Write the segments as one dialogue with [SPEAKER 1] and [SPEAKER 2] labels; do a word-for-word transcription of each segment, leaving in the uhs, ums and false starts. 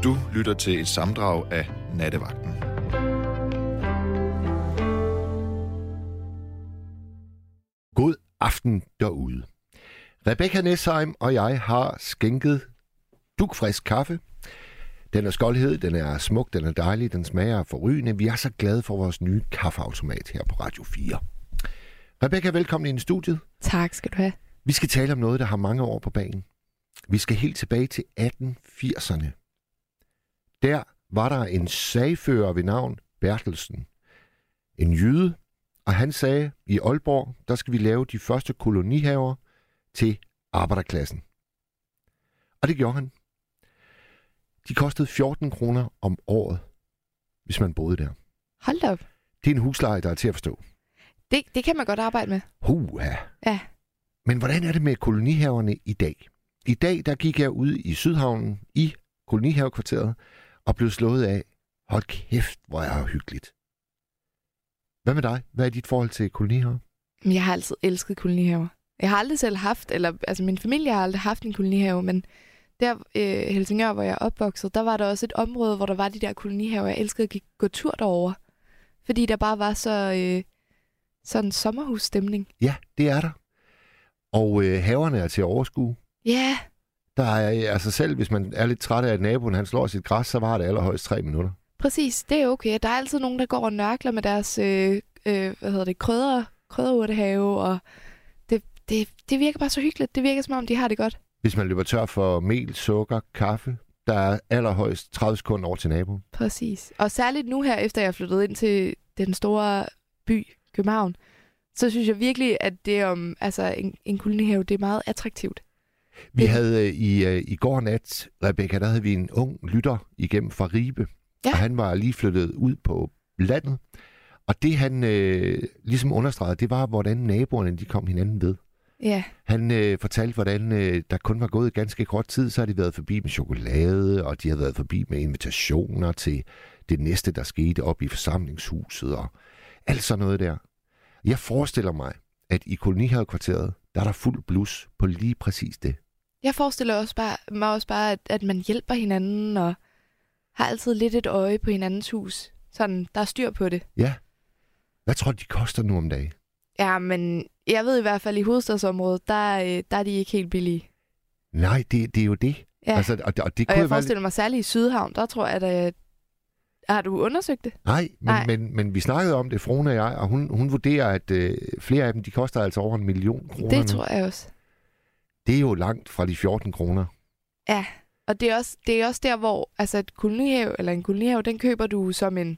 [SPEAKER 1] Du lytter til et sammendrag af Nattevagten.
[SPEAKER 2] God aften derude. Rebecca Nesheim og jeg har skænket dugfrisk kaffe. Den er skoldhed, den er smuk, den er dejlig, den smager forrygende. Vi er så glade for vores nye kaffeautomat her på Radio fire. Rebecca, velkommen i studiet.
[SPEAKER 3] Tak skal du have.
[SPEAKER 2] Vi skal tale om noget, der har mange år på banen. Vi skal helt tilbage til atten firserne. Der var der en sagfører ved navn Bertelsen. En jyde, og han sagde, i Aalborg, der skal vi lave de første kolonihaver til arbejderklassen. Og det gjorde han. De kostede fjorten kroner om året, hvis man boede der.
[SPEAKER 3] Hold da op.
[SPEAKER 2] Det er en husleje, der er til at forstå.
[SPEAKER 3] Det, det kan man godt arbejde med.
[SPEAKER 2] Huha.
[SPEAKER 3] Ja.
[SPEAKER 2] Men hvordan er det med kolonihaverne i dag? I dag, der gik jeg ud i Sydhavnen i kolonihavekvarteret og blev slået af, hold kæft, hvor er det hyggeligt. Hvad med dig? Hvad er dit forhold til kolonihaver?
[SPEAKER 3] Jeg har altid elsket kolonihaver. Jeg har aldrig selv haft, eller altså min familie har aldrig haft en kolonihave, men der øh, Helsingør, hvor jeg er opvokset, der var der også et område, hvor der var de der kolonihaver. Jeg elskede at gå tur derover, fordi der bare var så øh, sådan en sommerhusstemning.
[SPEAKER 2] Ja, det er der. Og øh, haverne er til at overskue.
[SPEAKER 3] Ja. Yeah.
[SPEAKER 2] Der er altså selv, hvis man er lidt træt af, at naboen han slår sit græs, så var det allerhøjst tre minutter.
[SPEAKER 3] Præcis, det er okay. Der er altid nogen, der går og nørkler med deres øh, øh, hvad hedder det, krydder, krydderurtehave, og det, det, det virker bare så hyggeligt. Det virker som om, de har det godt.
[SPEAKER 2] Hvis man løber tør for mel, sukker, kaffe, der er allerhøjst tredive sekunder over til naboen.
[SPEAKER 3] Præcis. Og særligt nu her, efter jeg er flyttet ind til den store by, København, så synes jeg virkelig, at det om altså en, en kolonihave, det er meget attraktivt.
[SPEAKER 2] Vi havde øh, i, øh, i går nat, Rebecca, der havde vi en ung lytter igennem fra Ribe. Ja. Og han var lige flyttet ud på landet. Og det han øh, ligesom understregede, det var, hvordan naboerne de kom hinanden ved.
[SPEAKER 3] Ja.
[SPEAKER 2] Han øh, fortalte, hvordan øh, der kun var gået ganske kort tid, så har de været forbi med chokolade, og de har været forbi med invitationer til det næste, der skete op i forsamlingshuset, og alt sådan noget der. Jeg forestiller mig, at i kolonihavekvarteret, der er der fuld blus på lige præcis det.
[SPEAKER 3] Jeg forestiller også bare, mig også bare, at, at man hjælper hinanden, og har altid lidt et øje på hinandens hus. Sådan, der er styr på det.
[SPEAKER 2] Ja. Hvad tror du, de koster nu om dagen?
[SPEAKER 3] Ja, men jeg ved i hvert fald, i hovedstadsområdet, der, der er de ikke helt billige.
[SPEAKER 2] Nej, det, det er jo det.
[SPEAKER 3] Ja.
[SPEAKER 2] Altså, og, og, det
[SPEAKER 3] og jeg
[SPEAKER 2] være...
[SPEAKER 3] forestiller mig særligt i Sydhavn, der tror jeg, at... Har du undersøgt det?
[SPEAKER 2] Nej, men,
[SPEAKER 3] Nej.
[SPEAKER 2] Men, men vi snakkede om det, Frone og jeg, og hun, hun vurderer, at øh, flere af dem, de koster altså over en million kroner.
[SPEAKER 3] Det
[SPEAKER 2] nu.
[SPEAKER 3] tror jeg også.
[SPEAKER 2] Det er jo langt fra de fjorten kroner.
[SPEAKER 3] Ja, og det er også, det er også der, hvor altså et kolonihave, eller en kolonihave, den køber du som en,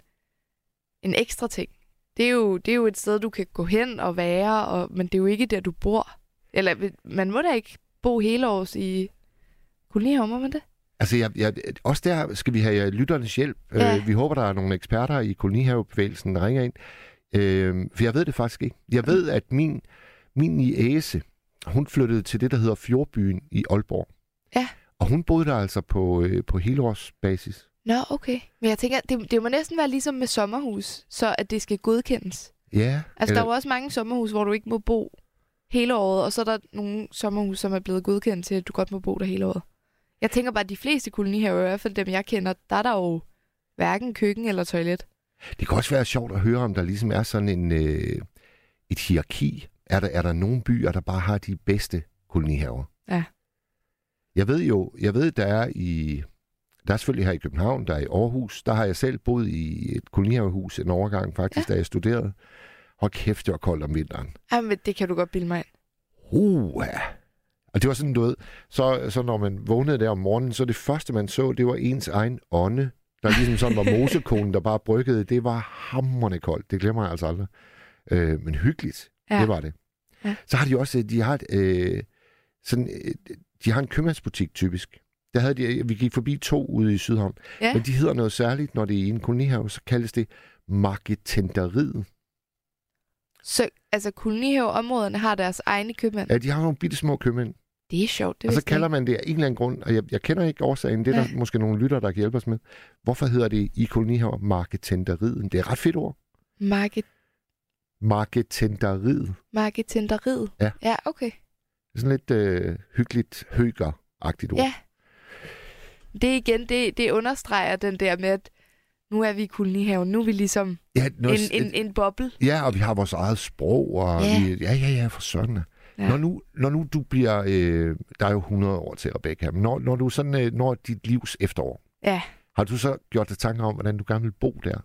[SPEAKER 3] en ekstra ting. Det er, jo, det er jo et sted, du kan gå hen og være, og, men det er jo ikke der, du bor. Eller man må da ikke bo hele års i kolonihave, må man det?
[SPEAKER 2] Altså, jeg, jeg, også der skal vi have lytternes hjælp.
[SPEAKER 3] Ja.
[SPEAKER 2] Øh, vi håber, der er nogle eksperter i kolonihavebevægelsen, der ringer ind. Øh, for jeg ved det faktisk ikke. Jeg ved, at min, min niece, hun flyttede til det, der hedder Fjordbyen i Aalborg.
[SPEAKER 3] Ja.
[SPEAKER 2] Og hun boede der altså på, øh, på helårsbasis.
[SPEAKER 3] Nå, okay. Men jeg tænker, det, det må næsten være ligesom med sommerhus, så at det skal godkendes.
[SPEAKER 2] Ja.
[SPEAKER 3] Altså,
[SPEAKER 2] eller...
[SPEAKER 3] der er jo også mange sommerhus, hvor du ikke må bo hele året, og så er der nogle sommerhus, som er blevet godkendt til, at du godt må bo der hele året. Jeg tænker bare, at de fleste kolonihaver, i hvert fald dem, jeg kender, der er der jo hverken køkken eller toilet.
[SPEAKER 2] Det kan også være sjovt at høre, om der ligesom er sådan en, øh, et hierarki. Er der, er der nogle byer, der bare har de bedste kolonihaver?
[SPEAKER 3] Ja.
[SPEAKER 2] Jeg ved jo, jeg ved, der er i... Der er selvfølgelig her i København, der er i Aarhus. Der har jeg selv boet i et kolonihavehus en overgang faktisk, ja. Da jeg studerede. Hold kæft, det var koldt om vinteren.
[SPEAKER 3] Jamen, det kan du godt bilde mig ind.
[SPEAKER 2] Uh, ja. Og det var sådan noget, så, så når man vågnede der om morgenen, så det første, man så, det var ens egen ånde, der ligesom sådan var mosekonen, der bare bryggede. Det var hamrende koldt. Det glemmer jeg altså aldrig. Øh, men hyggeligt, ja. Det var det. Ja. Så har de også, de har et, øh, sådan, øh, de har en købmandsbutik typisk. Der havde de, vi gik forbi to ude i Sydhavn. Ja. Men de hedder noget særligt, når det er i en kolonihave, så kaldes det marketenderiet.
[SPEAKER 3] Så altså kolonihaveområderne har deres egne købmænd?
[SPEAKER 2] Ja, de har nogle bitte små købmænd.
[SPEAKER 3] Det er sjovt. Det
[SPEAKER 2] og så kalder man det af en eller anden grund, og jeg, jeg kender ikke årsagen, det er ja. Der måske nogle lytter, der kan hjælpe os med. Hvorfor hedder det i kolonihaver marketenderiet? Det er et ret fedt ord.
[SPEAKER 3] Market...
[SPEAKER 2] Marketenderiet.
[SPEAKER 3] Marketenderiet?
[SPEAKER 2] Ja.
[SPEAKER 3] Ja, okay.
[SPEAKER 2] Det er sådan lidt øh, hyggeligt, høger-agtigt ord.
[SPEAKER 3] Ja. Det igen, det, det understreger den der med, at nu er vi i kolonihaven. Nu er vi ligesom
[SPEAKER 2] Ja, noget,
[SPEAKER 3] en, en, en boble.
[SPEAKER 2] ja, og vi har vores eget sprog, og
[SPEAKER 3] Ja.
[SPEAKER 2] vi, ja, ja, ja, for sådan.
[SPEAKER 3] Ja.
[SPEAKER 2] Når, nu, når nu du bliver, øh, der er jo hundrede år til Rebecca, men når, når du sådan øh, når dit livs efterår,
[SPEAKER 3] Ja.
[SPEAKER 2] har du så gjort dig tanker om, hvordan du gerne vil bo der?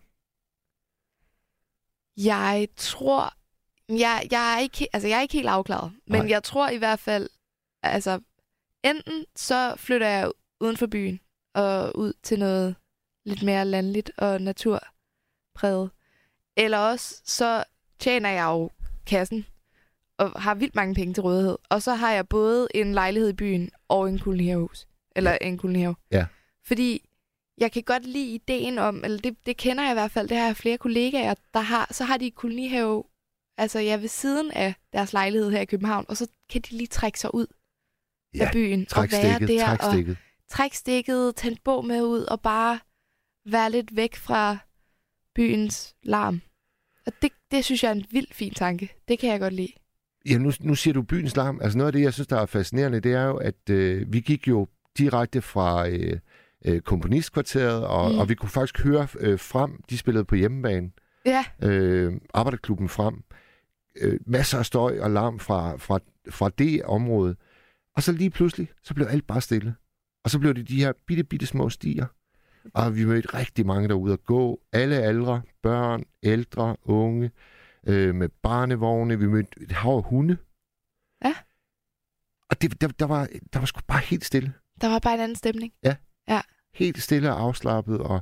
[SPEAKER 3] Jeg tror... Jeg, jeg, er ikke, altså, jeg er ikke helt afklaret. Men
[SPEAKER 2] Nej.
[SPEAKER 3] jeg tror i hvert fald... Altså, enten så flytter jeg uden for byen og ud til noget lidt mere landligt og naturpræget. Eller også så tjener jeg jo kassen og har vildt mange penge til rådighed. Og så har jeg både en lejlighed i byen og en kolonihavehus. Eller en kolonihave.
[SPEAKER 2] Ja.
[SPEAKER 3] Fordi jeg kan godt lide ideen om, eller det, det kender jeg i hvert fald, det har jeg flere kollegaer, der har, så har de et kolonihave, altså ja, ved siden af deres lejlighed her i København, og så kan de lige trække sig ud
[SPEAKER 2] Ja,
[SPEAKER 3] af byen og
[SPEAKER 2] Træk
[SPEAKER 3] være
[SPEAKER 2] stikket,
[SPEAKER 3] der,
[SPEAKER 2] træk
[SPEAKER 3] og
[SPEAKER 2] stikket.
[SPEAKER 3] trække stikket, tænde bog med ud, og bare være lidt væk fra byens larm. Og det, det synes jeg er en vild fin tanke. Det kan jeg godt lide.
[SPEAKER 2] Ja, nu, nu siger du byens larm. Altså noget af det, jeg synes, der er fascinerende, det er jo, at øh, vi gik jo direkte fra øh, øh, komponistkvarteret, og, mm. og vi kunne faktisk høre øh, frem, de spillede på hjemmebane,
[SPEAKER 3] Ja,
[SPEAKER 2] øh, Arbejderklubben frem, øh, masser af støj og larm fra, fra, fra det område. Og så lige pludselig, så blev alt bare stille. Og så blev det de her bitte, bitte små stier. Og vi mødte rigtig mange derude at gå. Alle aldre, børn, ældre, unge, øh, med barnevogne. Vi mødte et hav af hunde.
[SPEAKER 3] Ja.
[SPEAKER 2] Og det, der, der, var, der var sgu bare helt stille.
[SPEAKER 3] der var bare en anden stemning.
[SPEAKER 2] Helt stille og afslappet. Og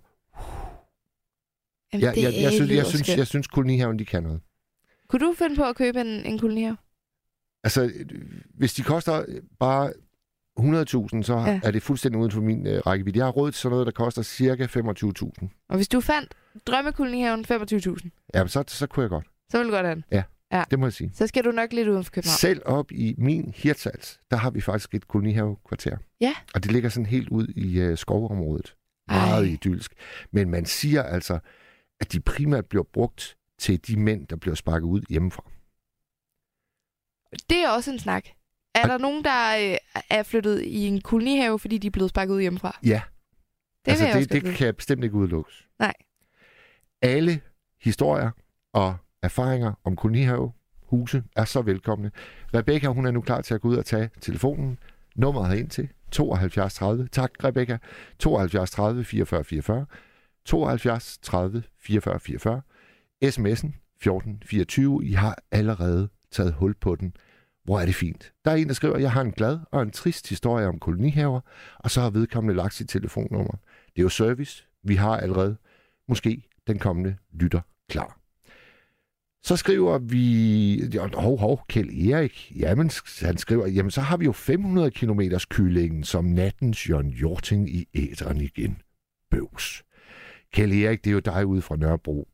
[SPEAKER 3] Jamen,
[SPEAKER 2] jeg,
[SPEAKER 3] det
[SPEAKER 2] jeg, jeg, synes,
[SPEAKER 3] lyder
[SPEAKER 2] jeg, synes,
[SPEAKER 3] skønt.
[SPEAKER 2] jeg synes, kolonihaven, de kan noget.
[SPEAKER 3] Kunne du finde på at købe en, en kolonihave?
[SPEAKER 2] Altså, hvis de koster bare hundrede tusind, så
[SPEAKER 3] Ja.
[SPEAKER 2] er det fuldstændig uden for min øh, rækkevidde. Jeg har råd til sådan noget, der koster cirka femogtyve tusind.
[SPEAKER 3] Og hvis du fandt drømmekolonihaven femogtyve tusind,
[SPEAKER 2] Ja, så, så kunne jeg godt.
[SPEAKER 3] så ville du godt have den.
[SPEAKER 2] Det må jeg sige.
[SPEAKER 3] Så skal du nok lidt uden for København.
[SPEAKER 2] Selv op i min Hirtshals, der har vi faktisk et kolonihavekvarter.
[SPEAKER 3] Ja.
[SPEAKER 2] Og det ligger sådan helt ud i øh, skovområdet. Meget
[SPEAKER 3] Ej.
[SPEAKER 2] idyllisk. Men man siger altså, at de primært bliver brugt til de mænd, der bliver sparket ud hjemmefra.
[SPEAKER 3] Det er også en snak. Er
[SPEAKER 2] Og-
[SPEAKER 3] der nogen, der øh, er flyttet i en kolonihave, fordi de er blevet sparket ud hjemmefra?
[SPEAKER 2] Ja.
[SPEAKER 3] Det
[SPEAKER 2] altså,
[SPEAKER 3] vil jeg også
[SPEAKER 2] det, det
[SPEAKER 3] godt vide.
[SPEAKER 2] kan bestemt ikke udelukkes.
[SPEAKER 3] Nej.
[SPEAKER 2] Alle historier og erfaringer om kolonihavehuse er så velkomne. Rebecca, hun er nu klar til at gå ud og tage telefonen. Nummeret herind til tooghalvfjerds tredive. Tak, Rebecca. tooghalvfjerds tredive fireogfyrre fireogfyrre. tooghalvfjerds tredive fireogfyrre fireogfyrre. sms'en fjorten fireogtyve. I har allerede taget hul på den. Hvor er det fint. Der er en, der skriver, jeg har en glad og en trist historie om kolonihaver, og så har vedkommende lagt sit telefonnummer. Det er jo service. Vi har allerede måske den kommende lytter klar. Så skriver vi... Hov, hov, Kjeld Erik. Jamen, han skriver, jamen så har vi jo fem hundrede kilometers kyllingen som nattens Jørgen Hjorting i æteren igen. Bøvs. Kjeld Erik, det er jo dig ude fra Nørrebro.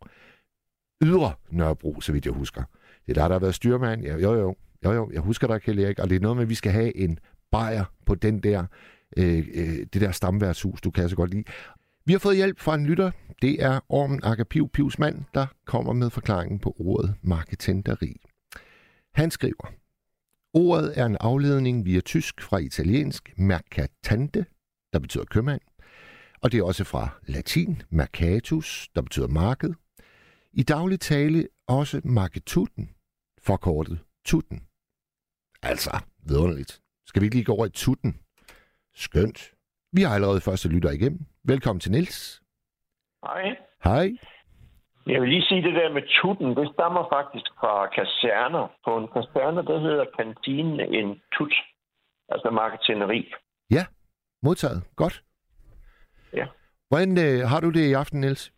[SPEAKER 2] Ydre Nørrebro, så vidt jeg husker. Det er der, der har været styrmand. Ja, jo, jo. Jo, jo, jeg husker dig, Kjeld Erik. Og det er noget med, at vi skal have en bajer på den der, øh, øh, det der stamværtshus, du kan så godt lide. Vi har fået hjælp fra en lytter. Det er Ormen Agapiv Pivsmand, der kommer med forklaringen på ordet marketenderi. Han skriver, ordet er en afledning via tysk fra italiensk mercatante, der betyder købmand. Og det er også fra latin mercatus, der betyder marked. I daglig tale også marketuten, forkortet tutten. Altså, vidunderligt. Skal vi ikke lige gå over i tutten? Skønt. Vi har allerede første lytter igennem. Velkommen til Niels.
[SPEAKER 4] Hej.
[SPEAKER 2] Hej.
[SPEAKER 4] Jeg vil lige sige, det der med tutten, det stammer faktisk fra kaserner. På en kaserne, der hedder kantinen en tut. Altså marketenderi.
[SPEAKER 2] Ja, modtaget. Godt.
[SPEAKER 4] Ja.
[SPEAKER 2] Hvordan øh, har du det i aften, Niels?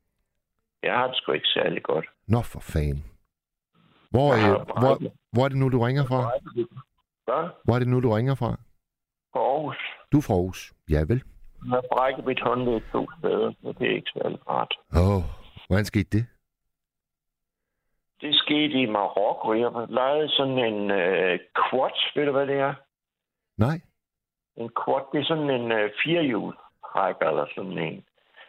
[SPEAKER 4] Jeg har det sgu ikke særlig godt.
[SPEAKER 2] Nå, for fanden. Hvor,
[SPEAKER 4] Jeg
[SPEAKER 2] øh,
[SPEAKER 4] har
[SPEAKER 2] hvor, hvor er det nu, du ringer fra?
[SPEAKER 4] Hvad?
[SPEAKER 2] Hvor er det nu, du ringer fra?
[SPEAKER 4] På Aarhus.
[SPEAKER 2] Du er fra Aarhus. Ja, vel.
[SPEAKER 4] Jeg har brækket mit håndled to steder, så det er ikke særlig rart.
[SPEAKER 2] Åh, oh, hvordan skete det?
[SPEAKER 4] Det skete i Marokko. Jeg lejede sådan en øh, quad. Ved du, hvad det er?
[SPEAKER 2] Nej.
[SPEAKER 4] En quad, det er sådan en øh, firehjulstrækker eller sådan en.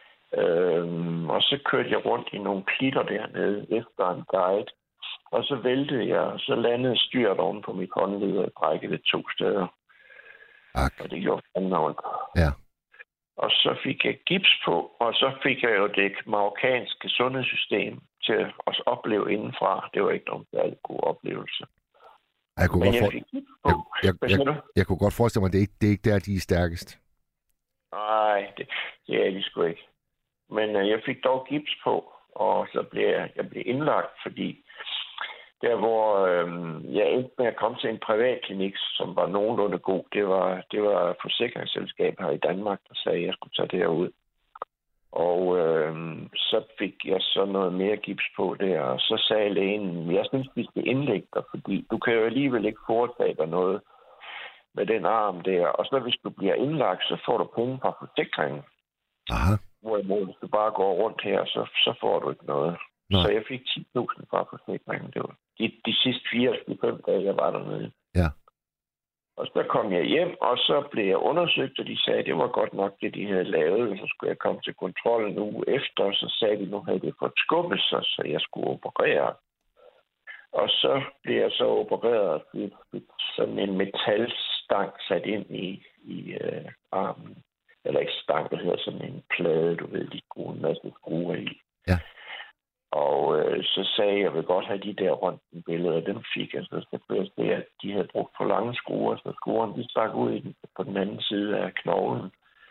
[SPEAKER 4] Øhm, og så kørte jeg rundt i nogle klitter dernede efter en guide. Og så væltede jeg, og så landede styret oven på mit håndled og brækkede det to steder.
[SPEAKER 2] Ak.
[SPEAKER 4] Og det gjorde fandme ondt.
[SPEAKER 2] Ja.
[SPEAKER 4] Og så fik jeg gips på, og så fik jeg jo det marokkanske sundhedssystem til at opleve indenfra. Det var ikke nogen særlig god oplevelse.
[SPEAKER 2] Jeg kunne,
[SPEAKER 4] Men
[SPEAKER 2] godt,
[SPEAKER 4] jeg
[SPEAKER 2] for...
[SPEAKER 4] fik gips på.
[SPEAKER 2] jeg,
[SPEAKER 4] Hvad
[SPEAKER 2] jeg,
[SPEAKER 4] siger du?
[SPEAKER 2] jeg, jeg kunne godt forestille mig, at det er ikke, det er ikke der, de er stærkest.
[SPEAKER 4] Nej, det, det er de sgu ikke. Men øh, jeg fik dog gips på, og så blev jeg, jeg blev indlagt, fordi der, hvor øh, jeg endte med at komme til en privatklinik, som var nogenlunde god, det var, det var forsikringsselskab her i Danmark, der sagde, at jeg skulle tage derud. Og øh, så fik jeg så noget mere gips på der, og så sagde lægen, jeg synes, vi skal indlægge dig, fordi du kan jo alligevel ikke foretage dig noget med den arm der. Og så hvis du bliver indlagt, så får du penge fra forsikringen.
[SPEAKER 2] Aha.
[SPEAKER 4] Hvorimod, hvis du bare går rundt her, så, så får du ikke noget.
[SPEAKER 2] Nej.
[SPEAKER 4] Så jeg fik ti tusind fra forsikringen. Det var de, de sidste fire til fem dage, jeg var dernede.
[SPEAKER 2] Ja.
[SPEAKER 4] Og så kom jeg hjem, og så blev jeg undersøgt, og de sagde, at det var godt nok det, de havde lavet. Så skulle jeg komme til kontrol en uge efter, og så sagde de, nu havde det fået skubbet sig, så jeg skulle operere. Og så blev jeg så opereret med sådan en metalstang sat ind i, i øh, armen. Eller ikke stang, det hedder sådan en plade, du ved, de skruer en masse skruer i.
[SPEAKER 2] Ja.
[SPEAKER 4] Og øh, så sagde jeg, at jeg vil godt have de der røntgenbilleder, dem fik jeg. Så jeg se, at de havde brugt for lange skruer, så skruerne de stak ud i den, på den anden side af knoglen.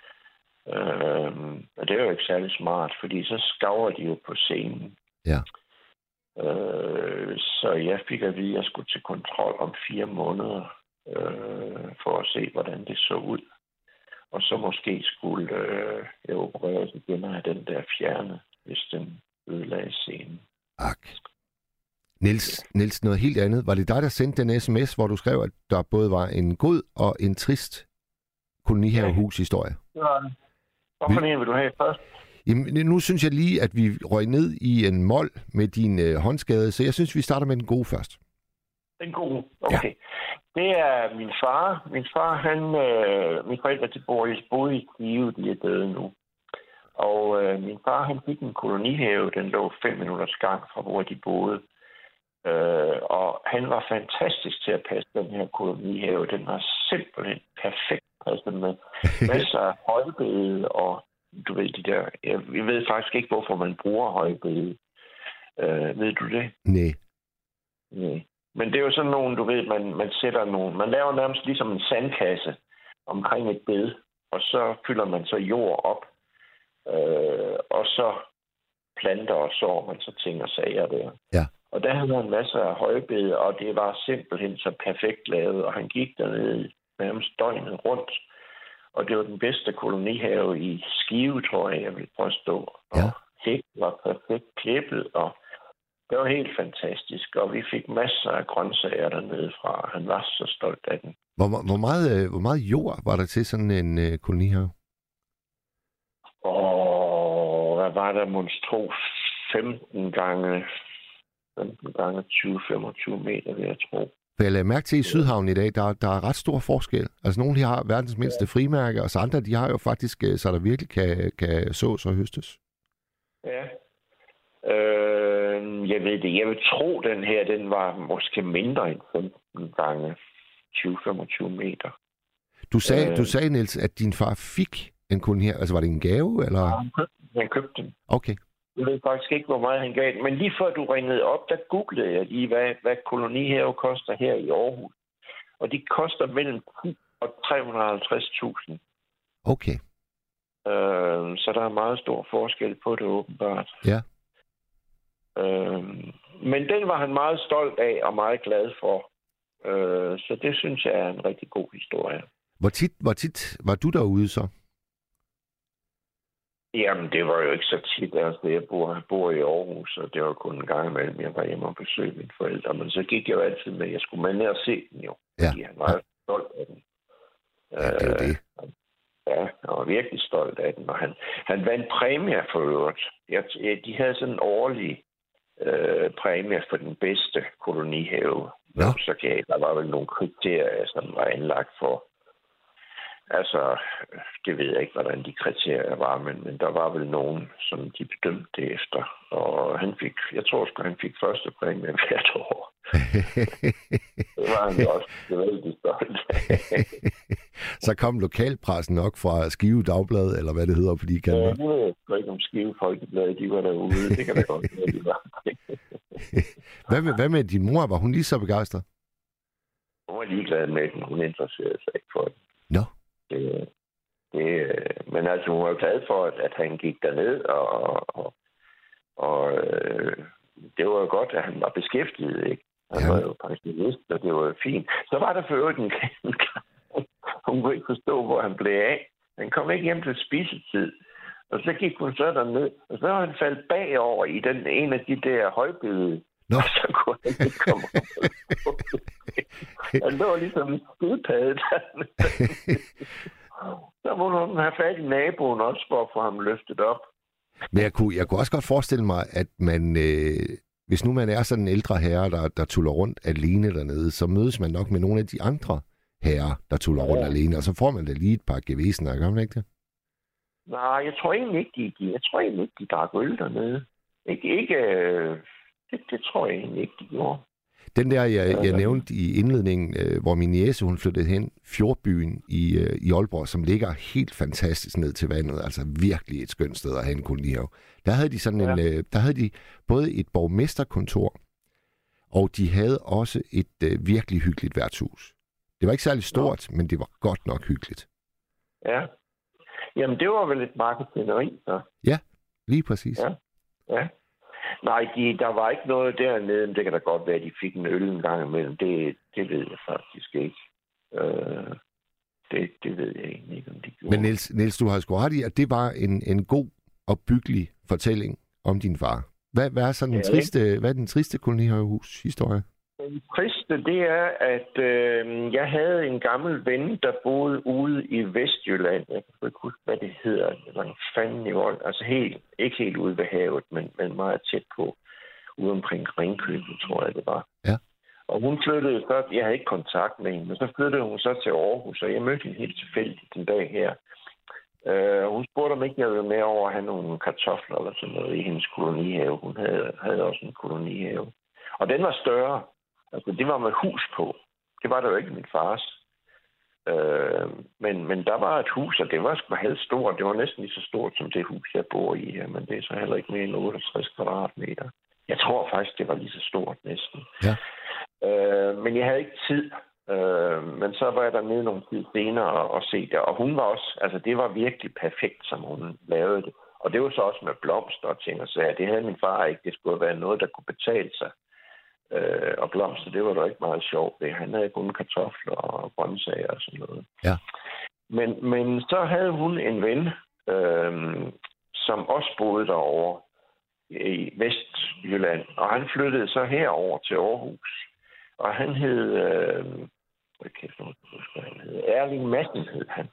[SPEAKER 4] Øhm, og det er jo ikke særlig smart, fordi så skaver de jo på scenen.
[SPEAKER 2] Ja.
[SPEAKER 4] Øh, så jeg fik at vide, at jeg skulle til kontrol om fire måneder, øh, for at se, hvordan det så ud. Og så måske skulle øh, jeg opereres igen og have den der fjernet, hvis den ødelagde scenen.
[SPEAKER 2] Ak. Niels, Niels, noget helt andet. Var det dig, der sendte den sms, hvor du skrev, at der både var en god og en trist kolonihavehus-historie?
[SPEAKER 4] Det var det. Hvorfor
[SPEAKER 2] Vi...
[SPEAKER 4] en vil du have først?
[SPEAKER 2] Jamen, nu synes jeg lige, at vi røg ned i en mold med din øh, håndskade, så jeg synes, vi starter med den gode først.
[SPEAKER 4] Den gode? Okay. Ja. Det er min far. Min far, han... Øh, mine forældre, de bor i, boede i Skive, de er døde nu. Og øh, min far, han fik en kolonihave, den lå fem minutters gang fra, hvor de boede. Øh, og han var fantastisk til at passe den her kolonihave. Den var simpelthen perfekt passet med masser af højbede og du ved de der... Jeg ved faktisk ikke, hvorfor man bruger højbede. Øh, ved du det?
[SPEAKER 2] Nej.
[SPEAKER 4] Nej. Men det er jo sådan nogle, du ved, man, man sætter nogle... Man laver nærmest ligesom en sandkasse omkring et bed, og så fylder man så jord op, øh, og så planter og sår man så ting og sager der.
[SPEAKER 2] Ja.
[SPEAKER 4] Og der havde han masser af højbede, og det var simpelthen så perfekt lavet, og han gik dernede nærmest døgnet rundt. Og det var den bedste kolonihave i Skive, tror jeg, jeg vil påstå. Og
[SPEAKER 2] ja.
[SPEAKER 4] hæk var perfekt klippet, og det var helt fantastisk. Og vi fik masser af grøntsager dernede fra. Han var så stolt af den.
[SPEAKER 2] Hvor, hvor, meget, hvor meget jord var der til sådan en øh, kolonihave?
[SPEAKER 4] Og hvad var der, monstro? femten gange femten gange tyve til femogtyve meter, vil jeg tro.
[SPEAKER 2] Jeg lagde mærke til i Sydhavn i dag, der, der er ret stor forskel. Altså nogle, de har verdens mindste frimærke, og så andre, de har jo faktisk, så der virkelig kan, kan sås og høstes.
[SPEAKER 4] Ja. Øh, jeg ved det. Jeg vil tro, den her, den var måske mindre end femten gange tyve til femogtyve meter.
[SPEAKER 2] Du sagde,
[SPEAKER 4] øh,
[SPEAKER 2] du sagde, Niels, at din far fik en kolonihave. Altså var det en gave, eller?
[SPEAKER 4] Ja, han købte, han købte den.
[SPEAKER 2] Okay.
[SPEAKER 4] Jeg ved faktisk ikke, hvor meget han gav den. Men lige før du ringede op, der googlede jeg lige, hvad, hvad kolonihave koster her i Aarhus. Og de koster mellem ti og tre hundrede og halvtreds tusind.
[SPEAKER 2] Okay.
[SPEAKER 4] Øh, så der er meget stor forskel på det, åbenbart.
[SPEAKER 2] Ja.
[SPEAKER 4] Øh, men den var han meget stolt af og meget glad for. Øh, så det synes jeg er en rigtig god historie.
[SPEAKER 2] Hvor tit, hvor tit var du derude så?
[SPEAKER 4] Jamen, det var jo ikke så tit. Altså, jeg bor, bor i Aarhus, og det var kun en gang imellem, jeg var hjemme og besøgte mine forældre. Men så gik jeg jo altid med. Jeg skulle med ned og se den jo,
[SPEAKER 2] ja.
[SPEAKER 4] Fordi han var ja. stolt af den.
[SPEAKER 2] Ja, det er det.
[SPEAKER 4] Uh, ja, han var virkelig stolt af den. Og han, han vandt præmier for øvrigt. Jeg, de havde sådan en årlig uh, præmie for den bedste kolonihave.
[SPEAKER 2] Ja.
[SPEAKER 4] Så okay, der var vel nogle kriterier, som var anlagt for. Altså, det ved jeg ikke, hvordan de kriterier var, men, men der var vel nogen, som de bedømte det efter. Og han fik, jeg tror sgu, han fik første præmie hvert år. Det var han jo også vældig stolt af.
[SPEAKER 2] Så kom lokalpressen nok fra Skive Dagblad, eller hvad det hedder på de kanaler.
[SPEAKER 4] Ja, nu ved jeg ikke om Skive Folkeblad, de var derude. Det kan da godt være, de var.
[SPEAKER 2] hvad, med, hvad med din mor? Var hun lige så begejstret?
[SPEAKER 4] Hun var ligeglad med den. Hun interesserede sig ikke for det.
[SPEAKER 2] Nå.
[SPEAKER 4] Det, det, men altså, hun var jo glad for, at, at han gik derned, og, og, og øh, det var jo godt, at han var beskæftiget, ikke? Han ja. var jo pensionist, og det var jo fint. Så var der for øvrigt en hun kunne ikke forstå, hvor han blev af. Han kom ikke hjem til spisetid. Og så gik hun så derned, og så var han faldt bagover i den, en af de der højbede.
[SPEAKER 2] Nå.
[SPEAKER 4] Og så kunne han ikke komme op. Han lå ligesom en skudpade. Så må hun have fat i naboen også, for at få ham løftet op.
[SPEAKER 2] Men jeg kunne, jeg kunne også godt forestille mig, at man, øh, hvis nu man er sådan en ældre herre, der, der tuller rundt alene dernede, så mødes man nok med nogle af de andre herrer, der tuller rundt ja. alene, og så får man da lige et par gevæsener, gør man ikke det?
[SPEAKER 4] Nej, jeg tror egentlig ikke, de, de, jeg tror egentlig ikke, de drak øl dernede. Ikke, ikke, øh, det, det tror jeg egentlig ikke, de gjorde.
[SPEAKER 2] Den der, jeg, jeg nævnte i indledningen, øh, hvor min jæse, hun flyttede hen, Fjordbyen i, øh, i Aalborg, som ligger helt fantastisk ned til vandet, altså virkelig et skønt sted at have en kolonihave. Der havde de sådan ja. en, øh, der havde de både et borgmesterkontor, og de havde også et øh, virkelig hyggeligt værtshus. Det var ikke særlig stort, ja. men det var godt nok hyggeligt.
[SPEAKER 4] Ja. Jamen, det var vel et markedsføreri, så.
[SPEAKER 2] Ja, lige præcis.
[SPEAKER 4] Ja, ja. Nej, de, der var ikke noget dernede, men det kan da godt være, at de fik en øl en gang imellem. Det, det ved jeg faktisk ikke. Øh, det, det ved jeg egentlig ikke, om de gjorde.
[SPEAKER 2] Men Niels, Niels du har sgu ret i, at det var en, en god og byggelig fortælling om din far. Hvad, hvad er sådan den ja, triste, hvad er den triste kolonihavehus-historie?
[SPEAKER 4] Det triste, det er, at øh, jeg havde en gammel ven, der boede ude i Vestjylland. Jeg kan ikke huske, hvad det hedder. Det var en fanden i vold. Altså helt, ikke helt ude ved havet, men, men meget tæt på. Ude omkring Ringkøbing, tror jeg, det var.
[SPEAKER 2] Ja.
[SPEAKER 4] Og hun flyttede så, jeg havde ikke kontakt med hende, men så flyttede hun så til Aarhus, og jeg mødte hende helt tilfældigt den dag her. Uh, hun spurgte, om ikke jeg ville med over at have nogle kartofler eller sådan noget i hendes kolonihave. Hun havde, havde også en kolonihave. Og den var større. Altså, det var med hus på. Det var der jo ikke min fars. Øh, men, men der var et hus, og det var sgu halvt stort. Det var næsten lige så stort som det hus, jeg bor i her. Men det er så heller ikke mere end otteogtres kvadratmeter. Jeg tror faktisk, det var lige så stort næsten.
[SPEAKER 2] Ja.
[SPEAKER 4] Øh, men jeg havde ikke tid. Øh, men så var jeg dernede nogle tid senere og, og se det. Og hun var også, altså det var virkelig perfekt, som hun lavede det. Og det var så også med blomster og ting og sager. Det havde min far ikke. Det skulle være noget, der kunne betale sig. Øh, og blomster, det var da ikke meget sjovt. Han havde kun kartofler og grøntsager og sådan noget.
[SPEAKER 2] Ja.
[SPEAKER 4] Men, men så havde hun en ven, øh, som også boede derovre i Vestjylland. Og han flyttede så herover til Aarhus. Og han hed, øh, hvad kæft, hvad han hed? Erling Madsen hed han.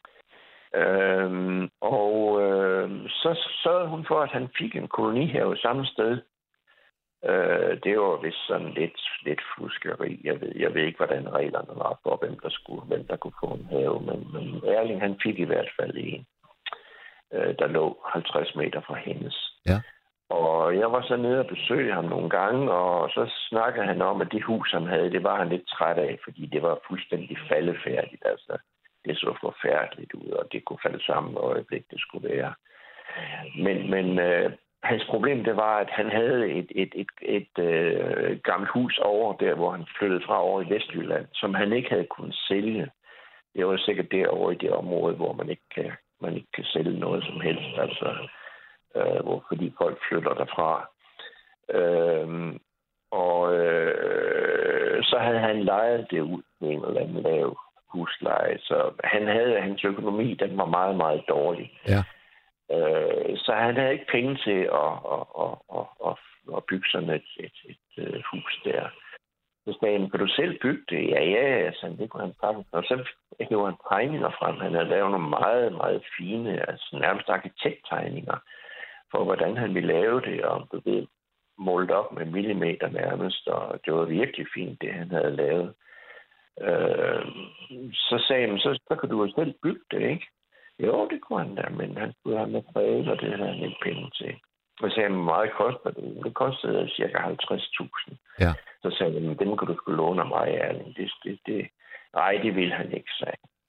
[SPEAKER 4] Øh, og øh, så sørgede hun for, at han fik en kolonihave samme sted. Uh, det var vist sådan lidt, lidt fuskeri. Jeg ved, jeg ved ikke, hvordan reglerne var for, hvem der, skulle, hvem der kunne få en have. Men, men Erling, han fik i hvert fald en, uh, der lå halvtreds meter fra hendes.
[SPEAKER 2] Ja.
[SPEAKER 4] Og jeg var så nede og besøgte ham nogle gange, og så snakkede han om, at det hus, han havde, det var han lidt træt af, fordi det var fuldstændig faldefærdigt. Altså, det så forfærdeligt ud, og det kunne falde sammen øjeblik, det skulle være. Men, men uh, hans problem, det var, at han havde et, et, et, et, et øh, gammelt hus over der, hvor han flyttede fra over i Vestjylland, som han ikke havde kunnet sælge. Det var sikkert derovre i det område, hvor man ikke kan, man ikke kan sælge noget som helst, altså, øh, hvor, fordi folk flytter derfra. Øh, og øh, så havde han lejet det ud med en eller anden lav husleje, så han havde, hans økonomi, den var meget, meget dårlig.
[SPEAKER 2] Ja.
[SPEAKER 4] Øh, så han havde ikke penge til at, at, at, at, at, at bygge sådan et, et, et, et hus der. Så sagde han, kan du selv bygge det? Ja, ja, altså, det kunne han sagtens. Og så hævde han tegninger frem. Han havde lavet nogle meget, meget fine, altså nærmest arkitekttegninger for, hvordan han ville lave det, og du ved, målt op med millimeter nærmest, og det var virkelig fint, det han havde lavet. Øh, så sagde han, så, så kan du jo selv bygge det, ikke? Jo, det kunne han da, men han skulle have materiale, og det havde han ikke penge til. Og så sagde han, hvor meget koster det? Det kostede cirka halvtreds tusind.
[SPEAKER 2] Ja.
[SPEAKER 4] Så sagde han, den kunne du skulle låne af mig, Erling. Det, det, det. Nej, det ville han ikke, sagde.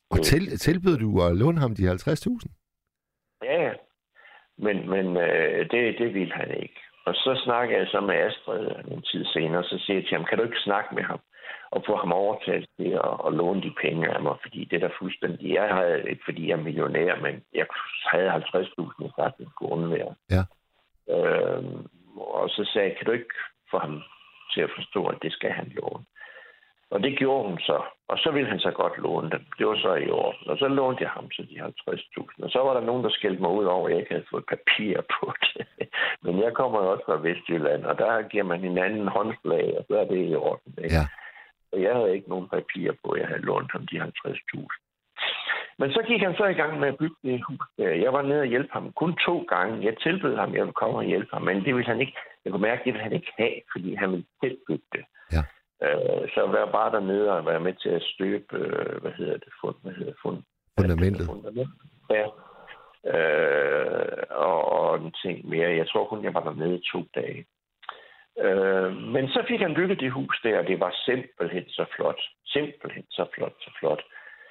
[SPEAKER 2] Og til, tilbød du at låne ham de halvtreds tusind?
[SPEAKER 4] Ja, ja. Men, men øh, det, det ville han ikke. Og så snakker jeg så med Astrid en tid senere, så siger jeg til ham, kan du ikke snakke med ham og få ham overtalt til at, at låne de penge af mig? Fordi det er der fuldstændig... Jeg havde ikke, fordi jeg er millionær, men jeg havde halvtreds tusind, jeg faktisk kunne undvære.
[SPEAKER 2] Ja.
[SPEAKER 4] Øh, og så sagde jeg, kan du ikke få ham til at forstå, at det skal han låne? Og det gjorde hun så. Og så ville han så godt låne dem. Det var så i år. Og så lånte jeg ham til de halvtreds tusind. Og så var der nogen, der skældte mig ud over, at jeg ikke havde fået papir på det. Men jeg kommer jo også fra Vestjylland, og der giver man hinanden håndslag, og så er det i orden.
[SPEAKER 2] Ja.
[SPEAKER 4] Og jeg havde ikke nogen papir på, at jeg havde lånt ham de halvtreds tusind. Men så gik han så i gang med at bygge det hus. Jeg var nede og hjælpe ham kun to gange. Jeg tilbød ham, at jeg ville komme og hjælpe ham. Men det ville han ikke. Jeg kunne mærke, at det ville han ikke have, fordi han ville selv bygge det.
[SPEAKER 2] Ja.
[SPEAKER 4] Så være bare dernede og være med til at støbe, hvad hedder det, fund, hvad hedder fund,
[SPEAKER 2] fundamentet.
[SPEAKER 4] Fundament. Ja. Øh, og, og en ting mere. Jeg tror kun, jeg var dernede i to dage. Øh, men så fik han bygget det hus der, og det var simpelthen så flot. Simpelthen så flot, så flot.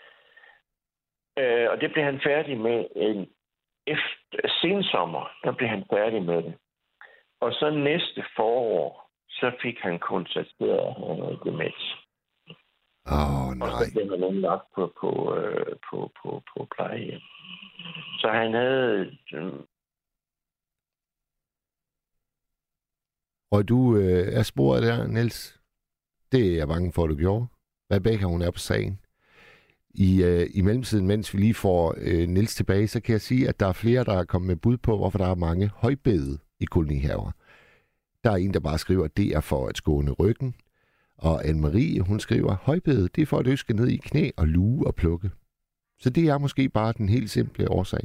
[SPEAKER 4] Øh, og det blev han færdig med en efter sensommer. Der blev han færdig med det. Og så næste forår, så fik han konstateret, at han havde demens.
[SPEAKER 2] Åh, oh, nej.
[SPEAKER 4] Og så blev han indlagt på, på, øh, på, på, på plejehjem. Så han havde... Øh...
[SPEAKER 2] Og du øh, er sporet der, Niels? Det er jeg bange for, at du gjorde. Rebecca, hun er på sagen. I, øh, I mellemtiden, mens vi lige får øh, Niels tilbage, så kan jeg sige, at der er flere, der er kommet med bud på, hvorfor der er mange højbede i kolonihaver. Der er en, der bare skriver, at det er for at skåne ryggen. Og Anne-Marie, hun skriver, højbede, det er for at du skal ned i knæ og luge og plukke. Så det er måske bare den helt simple årsag.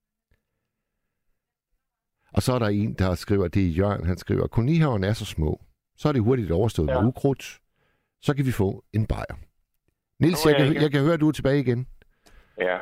[SPEAKER 2] Og så er der en, der skriver, det er Jørgen, han skriver, kolonihaverne er så små. Så er det hurtigt overstået ja. med ukrudt. Så kan vi få en bajer. Niels, jeg, jeg, kan, jeg kan høre, at du er tilbage igen.
[SPEAKER 4] Ja.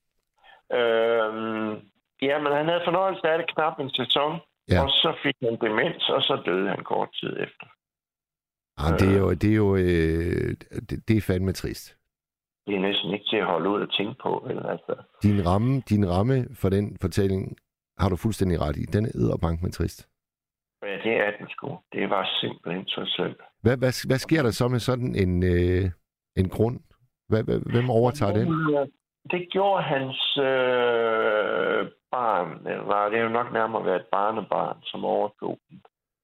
[SPEAKER 4] Øhm, ja, men han havde fornøjelse af det knap en sæson. Ja. Og så fik han demens, og så døde han kort tid efter.
[SPEAKER 2] Ah, det er jo, det er, jo øh, det, det er fandme trist.
[SPEAKER 4] Det er næsten ikke til at holde ud og tænke på. Eller, altså.
[SPEAKER 2] Din ramme, din ramme for den fortælling har du fuldstændig ret i. Den er edderbank med trist.
[SPEAKER 4] Ja, det er den sgu. Det var simpelthen så synd.
[SPEAKER 2] Hvad, hvad, hvad sker der så med sådan en, øh, en grund? Hvad, hvem overtager den?
[SPEAKER 4] Det gjorde hans øh, barn. Det er jo nok nærmere været et barnebarn, som overtog den.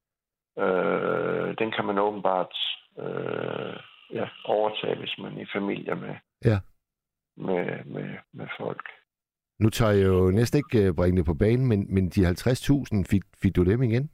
[SPEAKER 4] Øh, den kan man åbenbart øh, ja, overtage, hvis man er i familie med,
[SPEAKER 2] ja.
[SPEAKER 4] med, med, med folk.
[SPEAKER 2] Nu tager jeg jo næsten ikke bringe det på banen, men, men de halvtreds tusind, fik, fik du dem igen?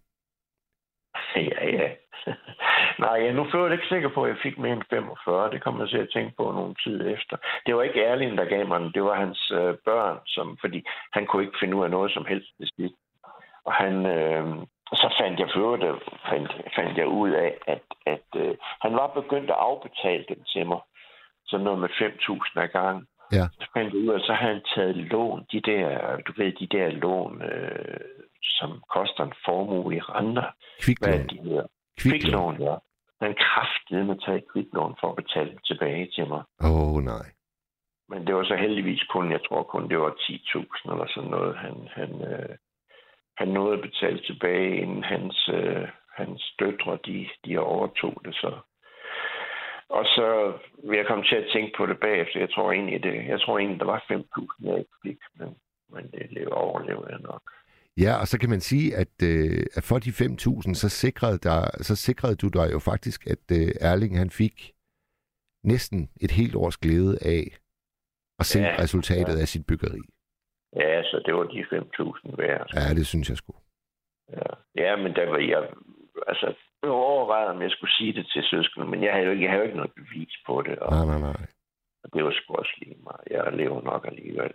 [SPEAKER 4] Ja, ja. Nej, jeg nu føler jeg ikke sikker på, at jeg fik mere end femogfyrre. Det kommer jeg til at tænke på nogle tid efter. Det var ikke Erling, der gav mig den. Det var hans øh, børn, som, fordi han kunne ikke finde ud af noget som helst. Og han, øh, så fandt jeg, det, fandt, fandt jeg ud af, at, at øh, han var begyndt at afbetale den til mig. Sådan noget med fem tusind ad gang.
[SPEAKER 2] Ja.
[SPEAKER 4] Så fandt jeg ud af, at så havde han taget lån. De der, du ved, de der lån, øh, som koster en formue i renter.
[SPEAKER 2] Kviklån.
[SPEAKER 4] De hedder. Kviklån, ja. Han kraftede med at tage kviklån for at betale tilbage til mig.
[SPEAKER 2] Åh, oh, nej.
[SPEAKER 4] Men det var så heldigvis kun, jeg tror kun, det var ti tusind eller sådan noget, han, han, øh, han nåede at betale tilbage, inden hans, øh, hans døtre, de, de overtog det så. Og så vil jeg komme til at tænke på det bagefter. Jeg tror egentlig, det, jeg tror egentlig der var fem tusind, jeg ikke fik, men, men det lever overlever jeg nok.
[SPEAKER 2] Ja, og så kan man sige, at, øh, at for de fem tusind, så sikrede, der, så sikrede du dig jo faktisk, at øh, Erling han fik næsten et helt års glæde af at se ja, resultatet ja. af sit byggeri.
[SPEAKER 4] Ja, så det var de fem tusind værd.
[SPEAKER 2] Ja, det synes jeg sgu.
[SPEAKER 4] Ja, ja men der var jeg... Altså, jeg overvejede, om jeg skulle sige det til søskende, men jeg havde jo ikke, jeg havde jo ikke noget bevis på det. Og,
[SPEAKER 2] nej, nej, nej.
[SPEAKER 4] Og det var sgu også lige meget. Jeg lever nok alligevel.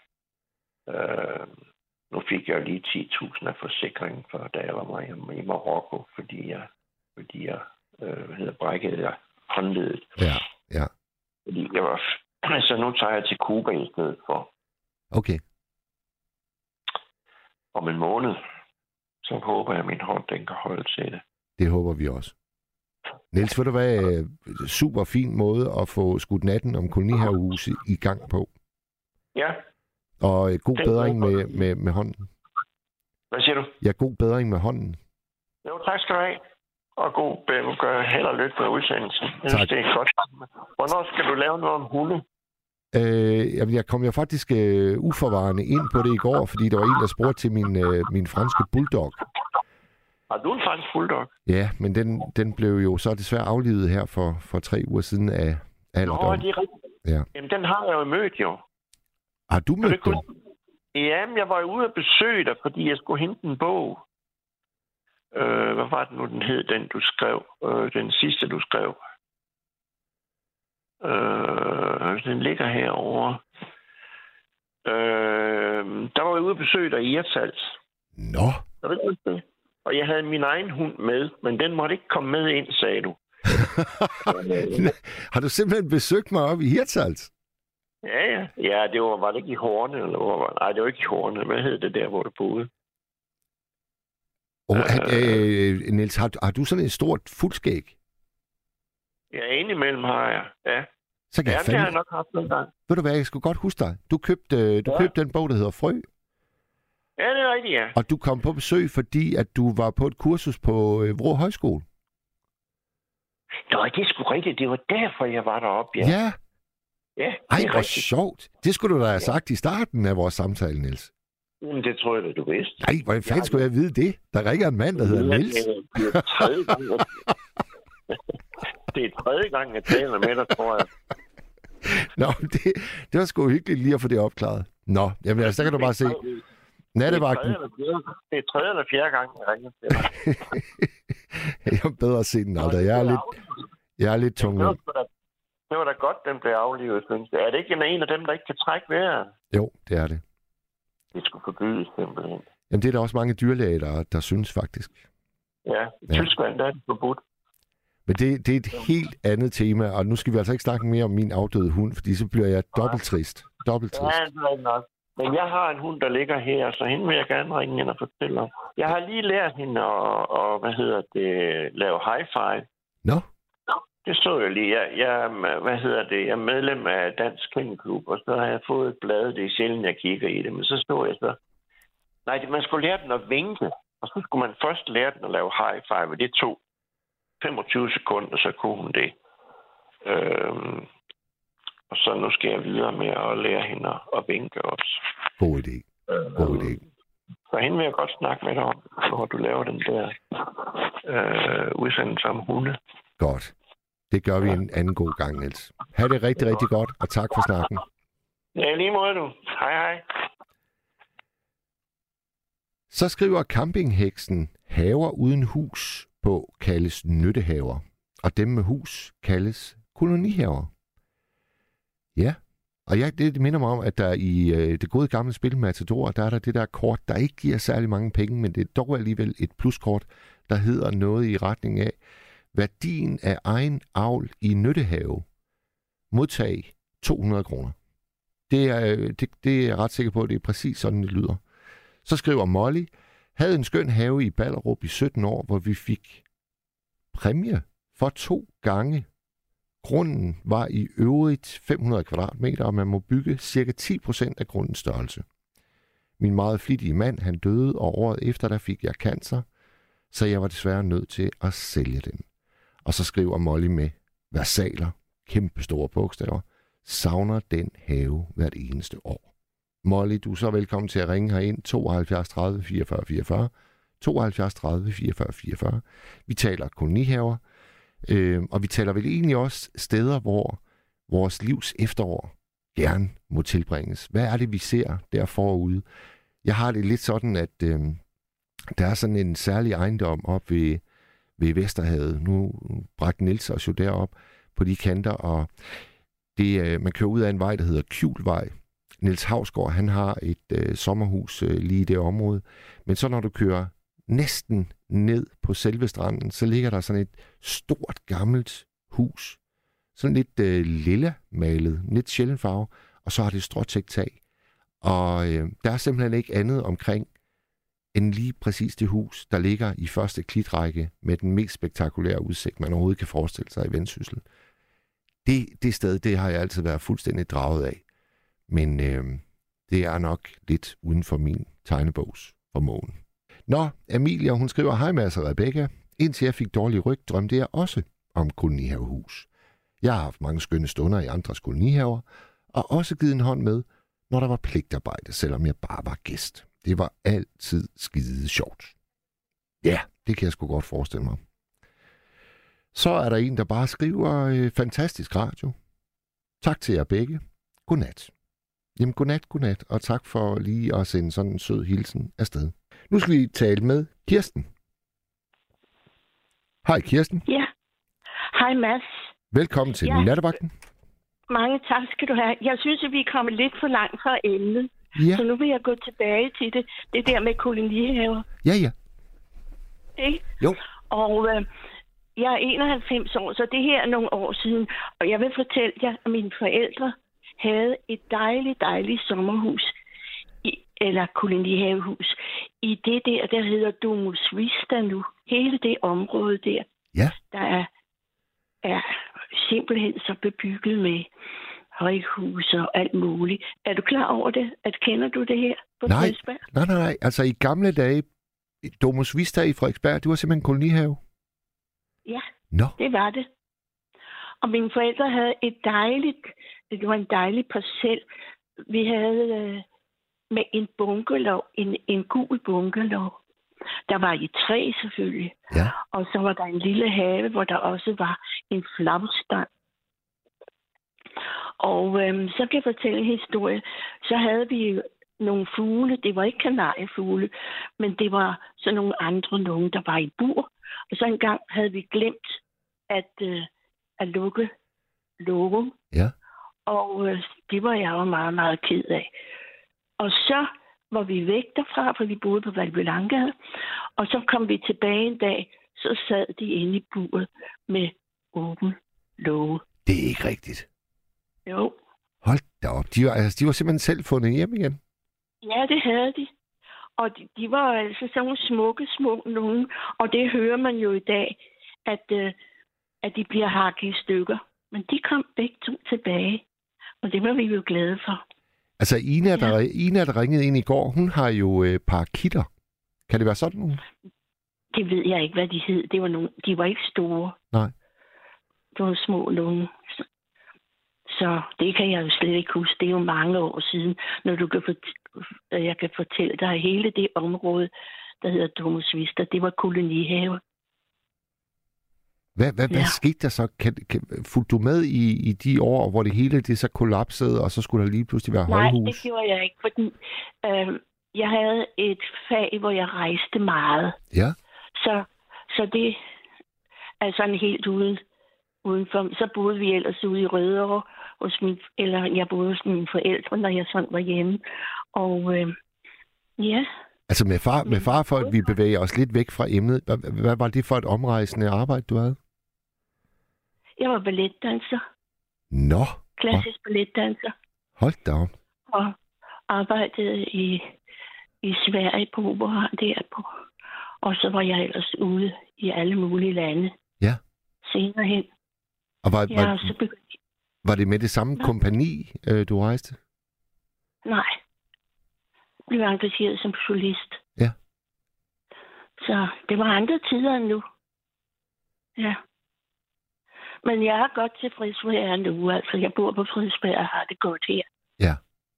[SPEAKER 4] Øh, nu fik jeg lige ti tusind af forsikringen, for da jeg var med i Marokko, fordi jeg, fordi jeg øh, hvad hedder, brækkede jeg håndledet.
[SPEAKER 2] Ja, ja.
[SPEAKER 4] Fordi jeg var... Så nu tager jeg til Cuba i stedet for.
[SPEAKER 2] Okay.
[SPEAKER 4] Om en måned. Så håber jeg, at min hånd den kan holde til det.
[SPEAKER 2] Det håber vi også. Niels, ved du hvad? Super fin måde at få skudt natten om kolonihavehuse i gang på.
[SPEAKER 4] Ja.
[SPEAKER 2] Og god
[SPEAKER 4] Det-
[SPEAKER 2] bedring med, med, med hånden.
[SPEAKER 4] Hvad siger du?
[SPEAKER 2] Ja, god bedring med hånden.
[SPEAKER 4] Jo, tak skal du have. Og god gør held og lykke med udsendelsen. Jeg synes,
[SPEAKER 2] Tak.
[SPEAKER 4] det er godt. Hvornår skal du lave noget om hunde?
[SPEAKER 2] Øh, jamen, jeg kom jo faktisk øh, uforvarende ind på det i går, fordi der var en, der spurgte til min, øh, min franske bulldog.
[SPEAKER 4] Har du en fransk bulldog?
[SPEAKER 2] Ja, men den, den blev jo så desværre aflivet her for, for tre uger siden af
[SPEAKER 4] Nå,
[SPEAKER 2] alderdom.
[SPEAKER 4] det er rigtigt.
[SPEAKER 2] Ja.
[SPEAKER 4] Jamen, den har jeg jo mødt, jo.
[SPEAKER 2] Har du
[SPEAKER 4] Kan
[SPEAKER 2] mødt
[SPEAKER 4] du ikke
[SPEAKER 2] den?
[SPEAKER 4] huske- Jamen, jeg var jo ude at besøge dig, fordi jeg skulle hente en bog. Øh, hvad var det nu, den hed, den du skrev? Øh, den sidste, du skrev. Øh, den ligger herovre. Øh, der var jeg ude at besøge dig i Hirtshals.
[SPEAKER 2] Nå,
[SPEAKER 4] Kan du ikke huske det? Og jeg havde min egen hund med, men den måtte ikke komme med ind, sagde du.
[SPEAKER 2] har du simpelthen besøgt mig op i Hirtshals?
[SPEAKER 4] Ja, ja. Ja, det var, var det ikke i Horne? Eller hvor var, nej, det var ikke i Horne. Hvad hed det der, hvor du boede?
[SPEAKER 2] Oh, øh, Niels, har, har du sådan et stort fuldskæg?
[SPEAKER 4] Ja, indimellem har jeg. Ja,
[SPEAKER 2] Så kan
[SPEAKER 4] ja
[SPEAKER 2] jeg
[SPEAKER 4] det har jeg
[SPEAKER 2] fandme...
[SPEAKER 4] nok haft nogle gange.
[SPEAKER 2] Ved du hvad, jeg skulle godt huske dig. Du købte, øh, du
[SPEAKER 4] Ja.
[SPEAKER 2] købte den bog, der hedder Frø,
[SPEAKER 4] Ja, det er rigtigt, ja.
[SPEAKER 2] og du kom på besøg, fordi at du var på et kursus på øh, Vrå Højskole.
[SPEAKER 4] Nå, det er sgu rigtigt. Det var derfor, jeg var deroppe, ja.
[SPEAKER 2] Ja. ja.
[SPEAKER 4] Ja,
[SPEAKER 2] Ej,
[SPEAKER 4] det er
[SPEAKER 2] hvor
[SPEAKER 4] rigtigt.
[SPEAKER 2] sjovt. Det skulle du da have sagt i starten af vores samtale, Niels.
[SPEAKER 4] Jamen, det tror jeg da, du vidste.
[SPEAKER 2] Nej, hvordan fanden skulle jeg vide det? Der ringer en mand, der hedder
[SPEAKER 4] Ja,
[SPEAKER 2] Niels.
[SPEAKER 4] Det det er tredje gang, jeg... det er tredje gang, jeg taler med dig, tror jeg.
[SPEAKER 2] Nå, det, det var sgu hyggeligt lige at få det opklaret. Nå, jamen altså, der kan du bare se. Nattevagten.
[SPEAKER 4] Det er tredje eller fjerde, det er tredje eller fjerde gang, jeg ringer til dig.
[SPEAKER 2] Jeg er bedre at se den aldrig. Jeg er lidt, jeg er lidt tung.
[SPEAKER 4] Det var, sgu da- det var da godt, den blev aflivet, synes jeg. Er det ikke en af dem, der ikke kan trække vejret?
[SPEAKER 2] Jo, det er det.
[SPEAKER 4] Det skulle forbydes, simpelthen.
[SPEAKER 2] Jamen, det er der også mange dyrlæger, der, der synes faktisk.
[SPEAKER 4] Ja, i
[SPEAKER 2] Ja.
[SPEAKER 4] Tyskland der er det forbudt.
[SPEAKER 2] Men det, det er et helt andet tema, og nu skal vi altså ikke snakke mere om min afdøde hund, fordi så bliver jeg dobbelt trist. Dobbelt
[SPEAKER 4] Ja,
[SPEAKER 2] trist.
[SPEAKER 4] det er ikke nok. Men jeg har en hund, der ligger her, så hende vil jeg gerne ringe ind og fortælle om. Jeg har lige lært hende at, og, hvad hedder det, lave hi-fi.
[SPEAKER 2] Nå,
[SPEAKER 4] Det så jeg lige. Jeg, jeg, hvad hedder det, jeg er medlem af Dansk Kvindeklub, og så har jeg fået et blad. Det er sjældent, jeg kigger i det, men så stod jeg så. Nej, det, man skulle lære den at vinke, og så skulle man først lære den at lave high-five, og det tog femogtyve sekunder, så kunne hun det. Øhm, og så nu skal jeg videre med at lære hende at vinke også.
[SPEAKER 2] god idé. God idé.
[SPEAKER 4] Så hende vil jeg godt snakke med dig om, når du laver den der øh, udsendelse om hunde.
[SPEAKER 2] Godt. Det gør vi en anden god gang, Niels. Ha' det rigtig, rigtig godt, og tak for snakken.
[SPEAKER 4] Ja, lige måde du. Hej hej.
[SPEAKER 2] Så skriver campingheksen, haver uden hus på kaldes nyttehaver, og dem med hus kaldes kolonihaver. Ja, og jeg, det minder mig om, at der i øh, det gode gamle spil Matador, der er der det der kort, der ikke giver særlig mange penge, men det er dog alligevel et pluskort, der hedder noget i retning af, værdien af egen avl i nyttehave, modtag to hundrede kroner. Det er, det, det er jeg ret sikker på, at det er præcis sådan, det lyder. Så skriver Molly, havde en skøn have i Ballerup i sytten år, hvor vi fik præmie for to gange. Grunden var i øvrigt fem hundrede kvadratmeter, og man må bygge cirka ti procent af grundens størrelse. Min meget flittige mand, han døde, og året efter, der fik jeg cancer, så jeg var desværre nødt til at sælge den. Og så skriver Molly med versaler, kæmpe store bogstaver, savner den have hvert eneste år. Molly, du er så velkommen til at ringe herind tooghalvfjerds tredive fireogfyrre fireogfyrre, tooghalvfjerds tredive fireogfyrre fireogfyrre. Vi taler kolonihaver, øh, og vi taler vel egentlig også steder, hvor vores livs efterår gerne må tilbringes. Hvad er det, vi ser der forude? Jeg har det lidt sådan, at øh, der er sådan en særlig ejendom op ved, ved Vesterhavet. Nu bragte Niels os jo derop på de kanter, og det, øh, man kører ud af en vej, der hedder Kjulvej. Niels Hausgaard, han har et øh, sommerhus øh, lige i det område. Men så når du kører næsten ned på selve stranden, så ligger der sådan et stort gammelt hus. Sådan lidt øh, lilla malet, lidt sjælden farve, og så har det stråtækt tag. Og øh, der er simpelthen ikke andet omkring end lige præcis det hus, der ligger i første klitrække med den mest spektakulære udsigt, man overhovedet kan forestille sig i Vendsyssel. Det, det sted, det har jeg altid været fuldstændig draget af. Men øh, det er nok lidt uden for min tegnebogs formåen. Nå, Amelia, hun skriver, hej Mads og Rebecca. Indtil jeg fik dårlig ryg, drømte jeg også om kolonihavehus. Jeg har haft mange skønne stunder i andres kolonihaver, og også givet en hånd med, når der var pligtarbejde, selvom jeg bare var gæst. Det var altid skide sjovt. Ja, det kan jeg sgu godt forestille mig. Så er der en, der bare skriver, øh, fantastisk radio. Tak til jer begge. Godnat. Jamen, godnat, godnat, og tak for lige at sende sådan en sød hilsen afsted. Nu skal vi tale med Kirsten. Hej, Kirsten.
[SPEAKER 5] Ja. Hej, Mads.
[SPEAKER 2] Velkommen til
[SPEAKER 5] ja.
[SPEAKER 2] Nattevagten.
[SPEAKER 5] Mange tak skal du have. Jeg synes, at vi er kommet lidt for langt fra emnet.
[SPEAKER 2] Ja.
[SPEAKER 5] Så nu vil jeg gå tilbage til det, det der med kolonihaver.
[SPEAKER 2] Ja, ja.
[SPEAKER 5] Ikke?
[SPEAKER 2] Jo.
[SPEAKER 5] Og øh, jeg er enoghalvfems år, så det her er nogle år siden. Og jeg vil fortælle jer, at mine forældre havde et dejligt, dejligt sommerhus, i, eller kolonihavehus, i det der, der hedder Domus Vista nu. Hele det område der,
[SPEAKER 2] Ja.
[SPEAKER 5] der er, er simpelthen så bebygget med højhuse og alt muligt. Er du klar over det? At kender du det her på
[SPEAKER 2] Nej.
[SPEAKER 5] Frederiksberg?
[SPEAKER 2] Nej, nej, nej. Altså i gamle dage, Domus Vista i Frederiksberg, det var simpelthen en kolonihave.
[SPEAKER 5] Ja,
[SPEAKER 2] Nå.
[SPEAKER 5] det var det. Og mine forældre havde et dejligt, det var en dejlig parcel. Vi havde øh, med en bunkelov, en, en gul bunkelov. Der var i træ selvfølgelig.
[SPEAKER 2] Ja.
[SPEAKER 5] Og så var der en lille have, hvor der også var en flagstang. Og øhm, så kan jeg fortælle en historie. Så havde vi jo nogle fugle. Det var ikke kanariefugle, men det var så nogle andre nogen, der var i bur. Og så engang havde vi glemt at, øh, at lukke lågen.
[SPEAKER 2] Ja.
[SPEAKER 5] Og øh, det var jeg jo meget, meget ked af. Og så var vi væk derfra, for vi boede på Valby-Langade. Og så kom vi tilbage en dag, så sad de inde i buret med åben låge.
[SPEAKER 2] Det er ikke rigtigt.
[SPEAKER 5] Jo.
[SPEAKER 2] Hold da op. De var, altså, de var simpelthen selv fundet hjem igen.
[SPEAKER 5] Ja, det havde de. Og de, de var altså sådan nogle smukke, små nogen. Og det hører man jo i dag, at, øh, at de bliver hakket i stykker. Men de kom begge to tilbage. Og det var vi jo glade for.
[SPEAKER 2] Altså, Ina,
[SPEAKER 5] Ja.
[SPEAKER 2] der, Ina, der ringede ind i går, hun har jo øh, parakitter. Kan det være sådan nogle?
[SPEAKER 5] Det ved jeg ikke, hvad de hed. Det var nogle, de var ikke store.
[SPEAKER 2] Nej.
[SPEAKER 5] Det var små nogen. Så, så det kan jeg jo slet ikke huske. Det er jo mange år siden, når du kan fortælle, jeg kan fortælle dig, at hele det område, der hedder Domus Vista, det var kolonihave.
[SPEAKER 2] Hvad, hvad, ja. hvad skete der så? Kan, kan, fulgte du med i, i de år, hvor det hele det så kollapsede, og så skulle der lige pludselig være
[SPEAKER 5] Nej,
[SPEAKER 2] højhus?
[SPEAKER 5] Nej, det gjorde jeg ikke, fordi øh, jeg havde et fag, hvor jeg rejste meget.
[SPEAKER 2] Ja.
[SPEAKER 5] Så, så det er sådan helt uden, udenfor. Så boede vi ellers ude i Rødovre, hos min, eller jeg boede hos mine forældre, når jeg sådan var hjemme. Og øh, ja...
[SPEAKER 2] Altså med far, med far for, at vi bevæger os lidt væk fra emnet. Hvad, hvad var det for et omrejsende arbejde, du havde?
[SPEAKER 5] Jeg var balletdanser.
[SPEAKER 2] Nå.
[SPEAKER 5] Klassisk balletdanser.
[SPEAKER 2] Hold da op.
[SPEAKER 5] Og arbejdede i, i Sverige på operaen derpå. Og så var jeg ellers ude i alle mulige lande.
[SPEAKER 2] Ja.
[SPEAKER 5] Senere hen.
[SPEAKER 2] Og var,
[SPEAKER 5] Jeg
[SPEAKER 2] var,
[SPEAKER 5] så begyndt...
[SPEAKER 2] var det med det samme ja. kompagni, øh, du rejste?
[SPEAKER 5] Nej. Jeg blev engageret som solist.
[SPEAKER 2] Ja.
[SPEAKER 5] Så det var andre tider end nu. Ja. Men jeg er godt tilfreds, hvor jeg er nu. Altså, jeg bor på Frederiksberg og har det godt her.
[SPEAKER 2] Ja.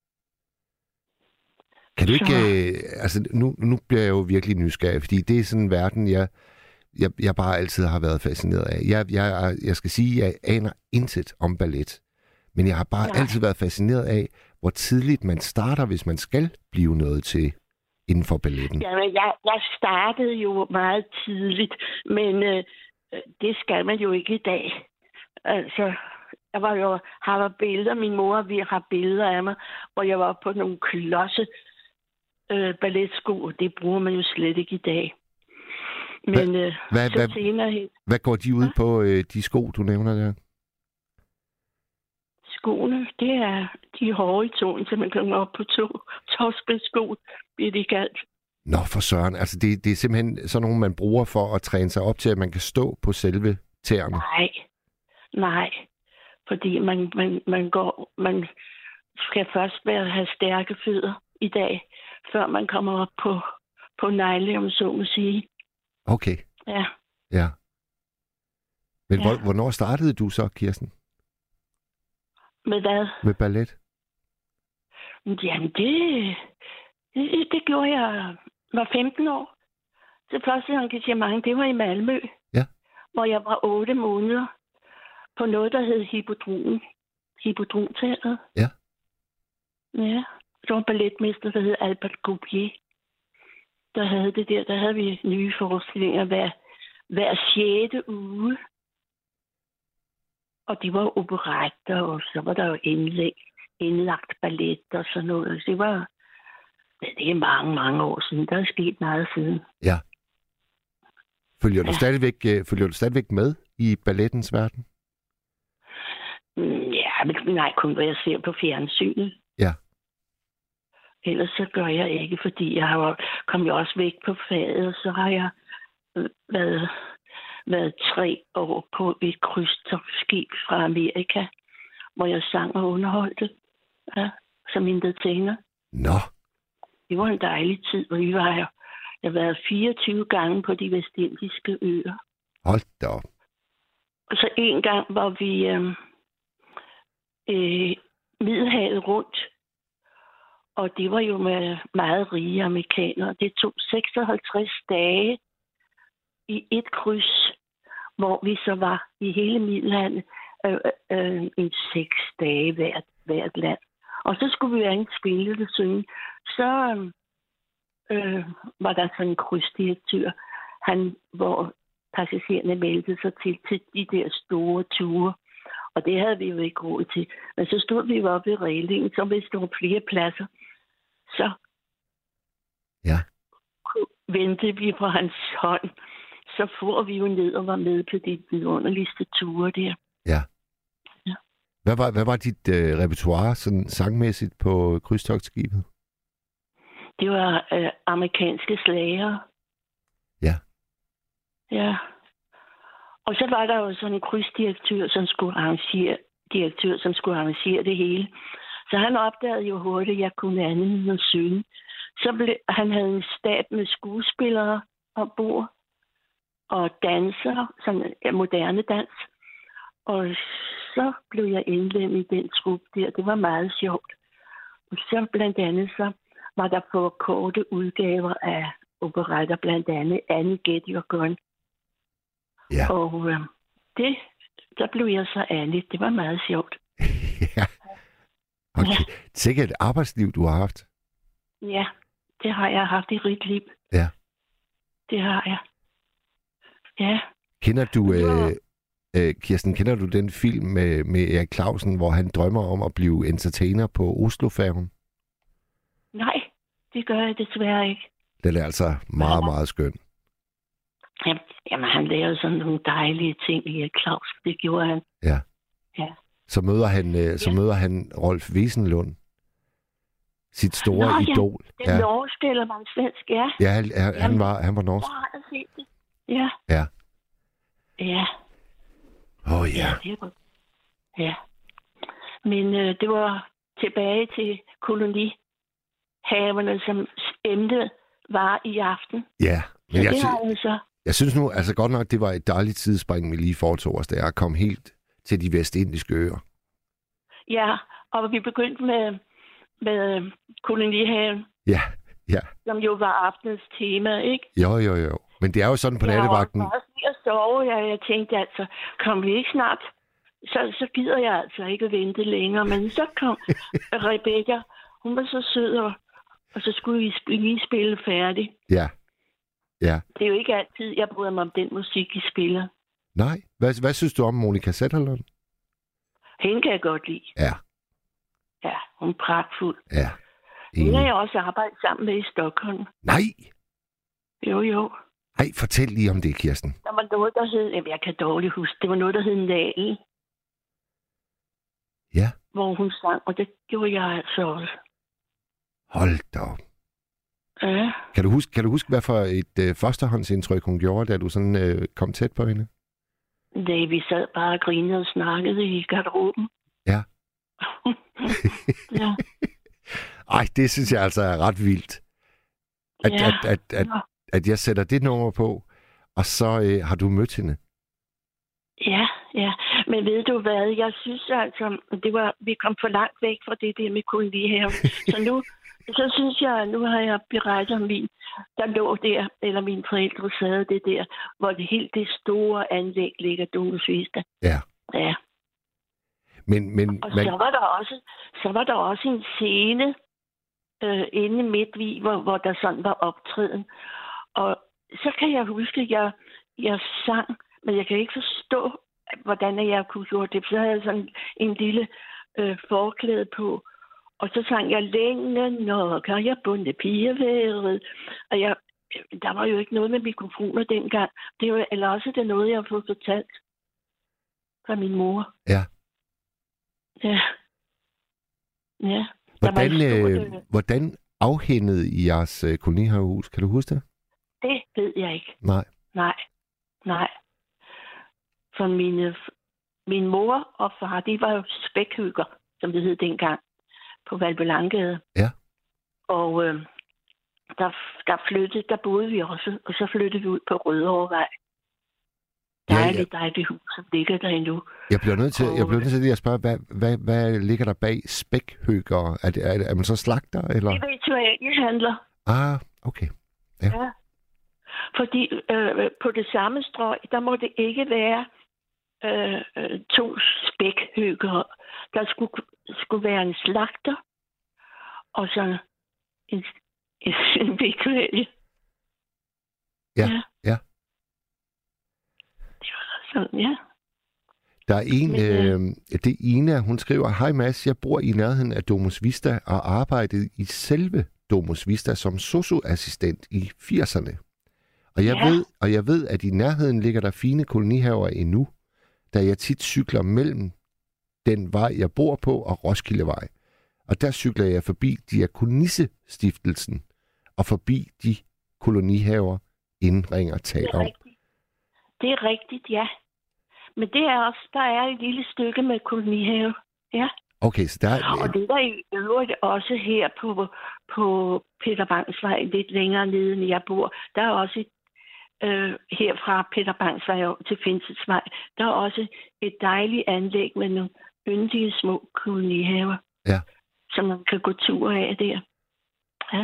[SPEAKER 2] Kan du ikke...
[SPEAKER 5] Så...
[SPEAKER 2] Øh, altså, nu, nu bliver jeg jo virkelig nysgerrig, fordi det er sådan en verden, jeg, jeg, jeg bare altid har været fascineret af. Jeg, jeg, jeg skal sige, at jeg aner intet om ballet. Men jeg har bare Nej. altid været fascineret af, hvor tidligt man starter, hvis man skal blive noget til inden for balletten.
[SPEAKER 5] Jamen, jeg, jeg startede jo meget tidligt, men øh, det skal man jo ikke i dag. Altså, jeg var jo, har der billeder, min mor vi har billeder af mig, hvor jeg var på nogle klodse øh, balletsko, og det bruger man jo slet ikke i dag. Men øh,
[SPEAKER 2] hvad,
[SPEAKER 5] så
[SPEAKER 2] hvad,
[SPEAKER 5] senere hen...
[SPEAKER 2] Hvad går de ud ja? på, øh, de sko, du nævner der?
[SPEAKER 5] Skoene, det er de hårde i tåen, så man kommer op på to tåspidsko, bliver de kaldt.
[SPEAKER 2] Nå, for søren. Altså, det, det er simpelthen sådan nogle, man bruger for at træne sig op til, at man kan stå på selve tæerne.
[SPEAKER 5] Nej, nej. Fordi man, man, man, går, man skal først være, have stærke fødder i dag, før man kommer op på, på negle, om så må sige.
[SPEAKER 2] Okay.
[SPEAKER 5] Ja.
[SPEAKER 2] Ja. Men
[SPEAKER 5] Ja.
[SPEAKER 2] hvor, hvornår startede du så, Kirsten?
[SPEAKER 5] Med hvad?
[SPEAKER 2] Med ballet?
[SPEAKER 5] Jamen, det, det, det gjorde jeg, var femten år. Det første engagement, det var i Malmø.
[SPEAKER 2] Ja.
[SPEAKER 5] Hvor jeg var otte måneder på noget, der hed Hippodromen. Hippodromteateret.
[SPEAKER 2] Ja.
[SPEAKER 5] Ja. Der var en balletmester, der hed Albert Goubier. Der havde det der, der havde vi nye forestillinger hver, hver sjette uge. Og de var operetter, og så var der jo indlæg, indlagt ballet og sådan noget. Det var, det er mange, mange år siden. Der er sket meget siden.
[SPEAKER 2] Ja. Følger du,
[SPEAKER 5] Ja.
[SPEAKER 2] stadigvæk, øh, følger du stadigvæk med i ballettens verden?
[SPEAKER 5] Mm, Ja, men nej, kun hvad jeg ser på fjernsynet.
[SPEAKER 2] Ja.
[SPEAKER 5] Ellers så gør jeg ikke, fordi jeg har kom jo også væk på faget, og så har jeg øh, været, været tre år på et krydstogtskib fra Amerika, hvor jeg sang og underholdte, ja, som entertainer.
[SPEAKER 2] Nå,
[SPEAKER 5] Det var en dejlig tid, og vi var jo, jeg har været fireogtyve gange på de vestindiske øer.
[SPEAKER 2] hold da op.
[SPEAKER 5] Og så en gang var vi øh, øh, Middelhavet rundt, og det var jo med meget rige amerikanere. Det tog seksoghalvtreds dage i et kryds, hvor vi så var i hele Middelhavet øh, øh, en seks dage hvert, hvert land. Og så skulle vi være spille det synge. Så øh, var der sådan en krydsdirektør, han, hvor passagererne meldte sig til, til de der store ture. Og det havde vi jo ikke råd til. Men så stod vi jo oppe ved reglingen, så hvis der var flere pladser, så
[SPEAKER 2] Ja.
[SPEAKER 5] ventede vi på hans hånd. Så får vi jo ned og var med på de vidunderligste ture der.
[SPEAKER 2] Ja.
[SPEAKER 5] Ja.
[SPEAKER 2] Hvad var, hvad var dit øh, repertoire sådan sangmæssigt på krydstogtskibet?
[SPEAKER 5] Det var øh, amerikanske slager.
[SPEAKER 2] Ja.
[SPEAKER 5] Ja. Og så var der jo sådan en krydsdirektør, som skulle arrangere, direktør, som skulle arrangere det hele. Så han opdagede jo hurtigt, at jeg kunne andet end at synge. Så blev, han havde en stab med skuespillere ombord og dansere, sådan ja, moderne dans. Og så blev jeg indlemmet i den trup der. Det var meget sjovt. Og så blandt andet så var der på korte udgaver af operetter, blandt andet Annie Get Your Gun.
[SPEAKER 2] Ja.
[SPEAKER 5] Og øh, det, der blev jeg så Annie. Det var meget sjovt.
[SPEAKER 2] Ja. Okay. Sikkert et arbejdsliv, du har haft.
[SPEAKER 5] Ja, det har jeg haft i rigt liv.
[SPEAKER 2] Ja.
[SPEAKER 5] Det har jeg. Ja.
[SPEAKER 2] Kender du,
[SPEAKER 5] Ja.
[SPEAKER 2] øh, øh, Kirsten, kender du den film med, med Erik Clausen, hvor han drømmer om at blive entertainer på Oslofærgen?
[SPEAKER 5] Nej, det gør jeg desværre ikke.
[SPEAKER 2] Den er altså meget, meget skøn.
[SPEAKER 5] Jamen, jamen han lavede sådan nogle dejlige ting i Claus. Det gjorde han.
[SPEAKER 2] Ja.
[SPEAKER 5] Ja.
[SPEAKER 2] Så møder han, øh, så
[SPEAKER 5] Ja.
[SPEAKER 2] møder han Rolf Wesenlund. Sit store
[SPEAKER 5] Nå, ja.
[SPEAKER 2] idol.
[SPEAKER 5] Den ja. norske eller var en svensk, ja.
[SPEAKER 2] Ja, han, han, han, var, han var norsk.
[SPEAKER 5] Så har jeg set det. Ja.
[SPEAKER 2] Ja.
[SPEAKER 5] Ja.
[SPEAKER 2] Åh oh, ja.
[SPEAKER 5] Det er godt. Ja. Men øh, det var tilbage til kolonihaverne, som emnet var i aften.
[SPEAKER 2] Ja. Men
[SPEAKER 5] Så
[SPEAKER 2] jeg,
[SPEAKER 5] det
[SPEAKER 2] sy-
[SPEAKER 5] har jeg så.
[SPEAKER 2] jeg synes nu, altså godt nok, det var et dejligt tidsspring, vi lige foretog os, da jeg kom helt til de vestindiske øer.
[SPEAKER 5] Ja, og vi begyndte med, med kolonihaven,
[SPEAKER 2] Ja, ja.
[SPEAKER 5] som jo var aftenens tema, ikke?
[SPEAKER 2] Jo, jo, jo. Men det er jo sådan på
[SPEAKER 5] Ja,
[SPEAKER 2] nattevagten.
[SPEAKER 5] og også lige at sove. Jeg, jeg tænkte altså, kom vi ikke snart? Så, så gider jeg altså ikke at vente længere. Men så kom Rebecca. Hun var så sød, og, og så skulle vi sp- lige spille færdig.
[SPEAKER 2] Ja. Ja.
[SPEAKER 5] Det er jo ikke altid, jeg bryder mig om den musik, I spiller.
[SPEAKER 2] Nej. Hvad, hvad synes du om Monica Zetterlund?
[SPEAKER 5] Hende kan jeg godt lide.
[SPEAKER 2] Ja.
[SPEAKER 5] Ja, hun er pragtfuld.
[SPEAKER 2] Ja.
[SPEAKER 5] Hende har
[SPEAKER 2] Enig.
[SPEAKER 5] jeg også arbejdet sammen med i Stockholm.
[SPEAKER 2] Nej.
[SPEAKER 5] Jo, jo.
[SPEAKER 2] Ej, fortæl lige om det, Kirsten.
[SPEAKER 5] Der var noget, der hed... Jamen, jeg kan dårligt huske. Det var noget, der hed Nalen.
[SPEAKER 2] Ja.
[SPEAKER 5] Hvor hun sang, og det gjorde jeg altså også.
[SPEAKER 2] Hold da op.
[SPEAKER 5] Ja.
[SPEAKER 2] Kan du huske, kan du huske hvad for et øh, førstehåndsindtryk hun gjorde, da du sådan øh, kom tæt på hende?
[SPEAKER 5] Det, vi sad bare og grinede og snakkede i garderoben.
[SPEAKER 2] Ja.
[SPEAKER 5] Ja.
[SPEAKER 2] Ej, det synes jeg altså er ret vildt. At,
[SPEAKER 5] Ja.
[SPEAKER 2] at, at, at, at jeg sætter det nummer på, og så øh, har du mødt hende.
[SPEAKER 5] Ja, ja. Men ved du hvad, jeg synes altså, det var, vi kom for langt væk fra det der med kolonihaven. Så nu, så synes jeg, nu har jeg berettet om min, der lå der, eller mine forældre sad det der, hvor det helt det store anlæg ligger, Domus Vista.
[SPEAKER 2] Ja.
[SPEAKER 5] Ja.
[SPEAKER 2] Men, men,
[SPEAKER 5] Og
[SPEAKER 2] man,
[SPEAKER 5] så var der også, så var der også en scene øh, inde i Midtvig, hvor, hvor der sådan var optræden. Og så kan jeg huske, at jeg, jeg sang, men jeg kan ikke forstå, hvordan jeg kunne gøre det. Så havde jeg sådan en lille øh, forklæde på, og så sang jeg længe nok, har jeg bundet pigeværet. Og jeg, der var jo ikke noget med mikrofoner dengang. Det er jo, eller også det er noget, jeg har fået fortalt fra min mor.
[SPEAKER 2] ja.
[SPEAKER 5] Ja. Ja. Der var
[SPEAKER 2] Hvordan,
[SPEAKER 5] et
[SPEAKER 2] øh,
[SPEAKER 5] stort, øh,
[SPEAKER 2] hvordan afhændede I jeres øh, kolonihavehus? Kan du huske det?
[SPEAKER 5] Det ved jeg ikke.
[SPEAKER 2] Nej.
[SPEAKER 5] Nej. Nej. For mine, min mor og far, de var jo spækhygger, som det hed dengang, på Valbelangade.
[SPEAKER 2] Ja.
[SPEAKER 5] Og øh, der, der flyttede, der boede vi også, og så flyttede vi ud på Rødovrevej.
[SPEAKER 2] Ja, ja.
[SPEAKER 5] Dejligt, dejligt hus, som ligger der endnu.
[SPEAKER 2] Jeg bliver nødt til, jeg
[SPEAKER 5] Og-
[SPEAKER 2] bliver nødt til lige at spørge, hvad, hvad, hvad ligger der bag spækhøger? Er, det, er, det, er man så slagter, eller?
[SPEAKER 5] Det er ritualhandler.
[SPEAKER 2] Ah, okay. Ja.
[SPEAKER 5] Ja. Fordi øh, på det samme strøg, der må det ikke være øh, øh, to spækhøger. Der skulle, skulle være en slagter, og så en, en, en vikvælge.
[SPEAKER 2] Ja,
[SPEAKER 5] Ja.
[SPEAKER 2] ja.
[SPEAKER 5] Det var sådan, ja.
[SPEAKER 2] Der er en,
[SPEAKER 5] Men,
[SPEAKER 2] øh, det er Ina, hun skriver, hej Mads, jeg bor i nærheden af Domus Vista og arbejdede i selve Domus Vista som socioassistent i firserne. Og jeg,
[SPEAKER 5] Ja.
[SPEAKER 2] ved, og jeg ved, at i nærheden ligger der fine kolonihaver endnu, da jeg tit cykler mellem den vej, jeg bor på, og Roskildevej. Og der cykler jeg forbi Diakonissestiftelsen og forbi de kolonihaver, inden Ringer
[SPEAKER 5] Det
[SPEAKER 2] taler
[SPEAKER 5] er
[SPEAKER 2] om.
[SPEAKER 5] rigtigt. Det er rigtigt, ja. Men det er også, der er et lille stykke med kolonihave. Ja.
[SPEAKER 2] Okay, så der er...
[SPEAKER 5] Og det er der i øvrigt også her på, på Peter Bangs Vej, lidt længere nede, end jeg bor. Der er også et, øh, her fra Peter Bangs Vej over til Finsets Vej, der er også et dejligt anlæg med nogle yndige små kolonihaver,
[SPEAKER 2] Ja.
[SPEAKER 5] som man kan gå tur af der. Ja.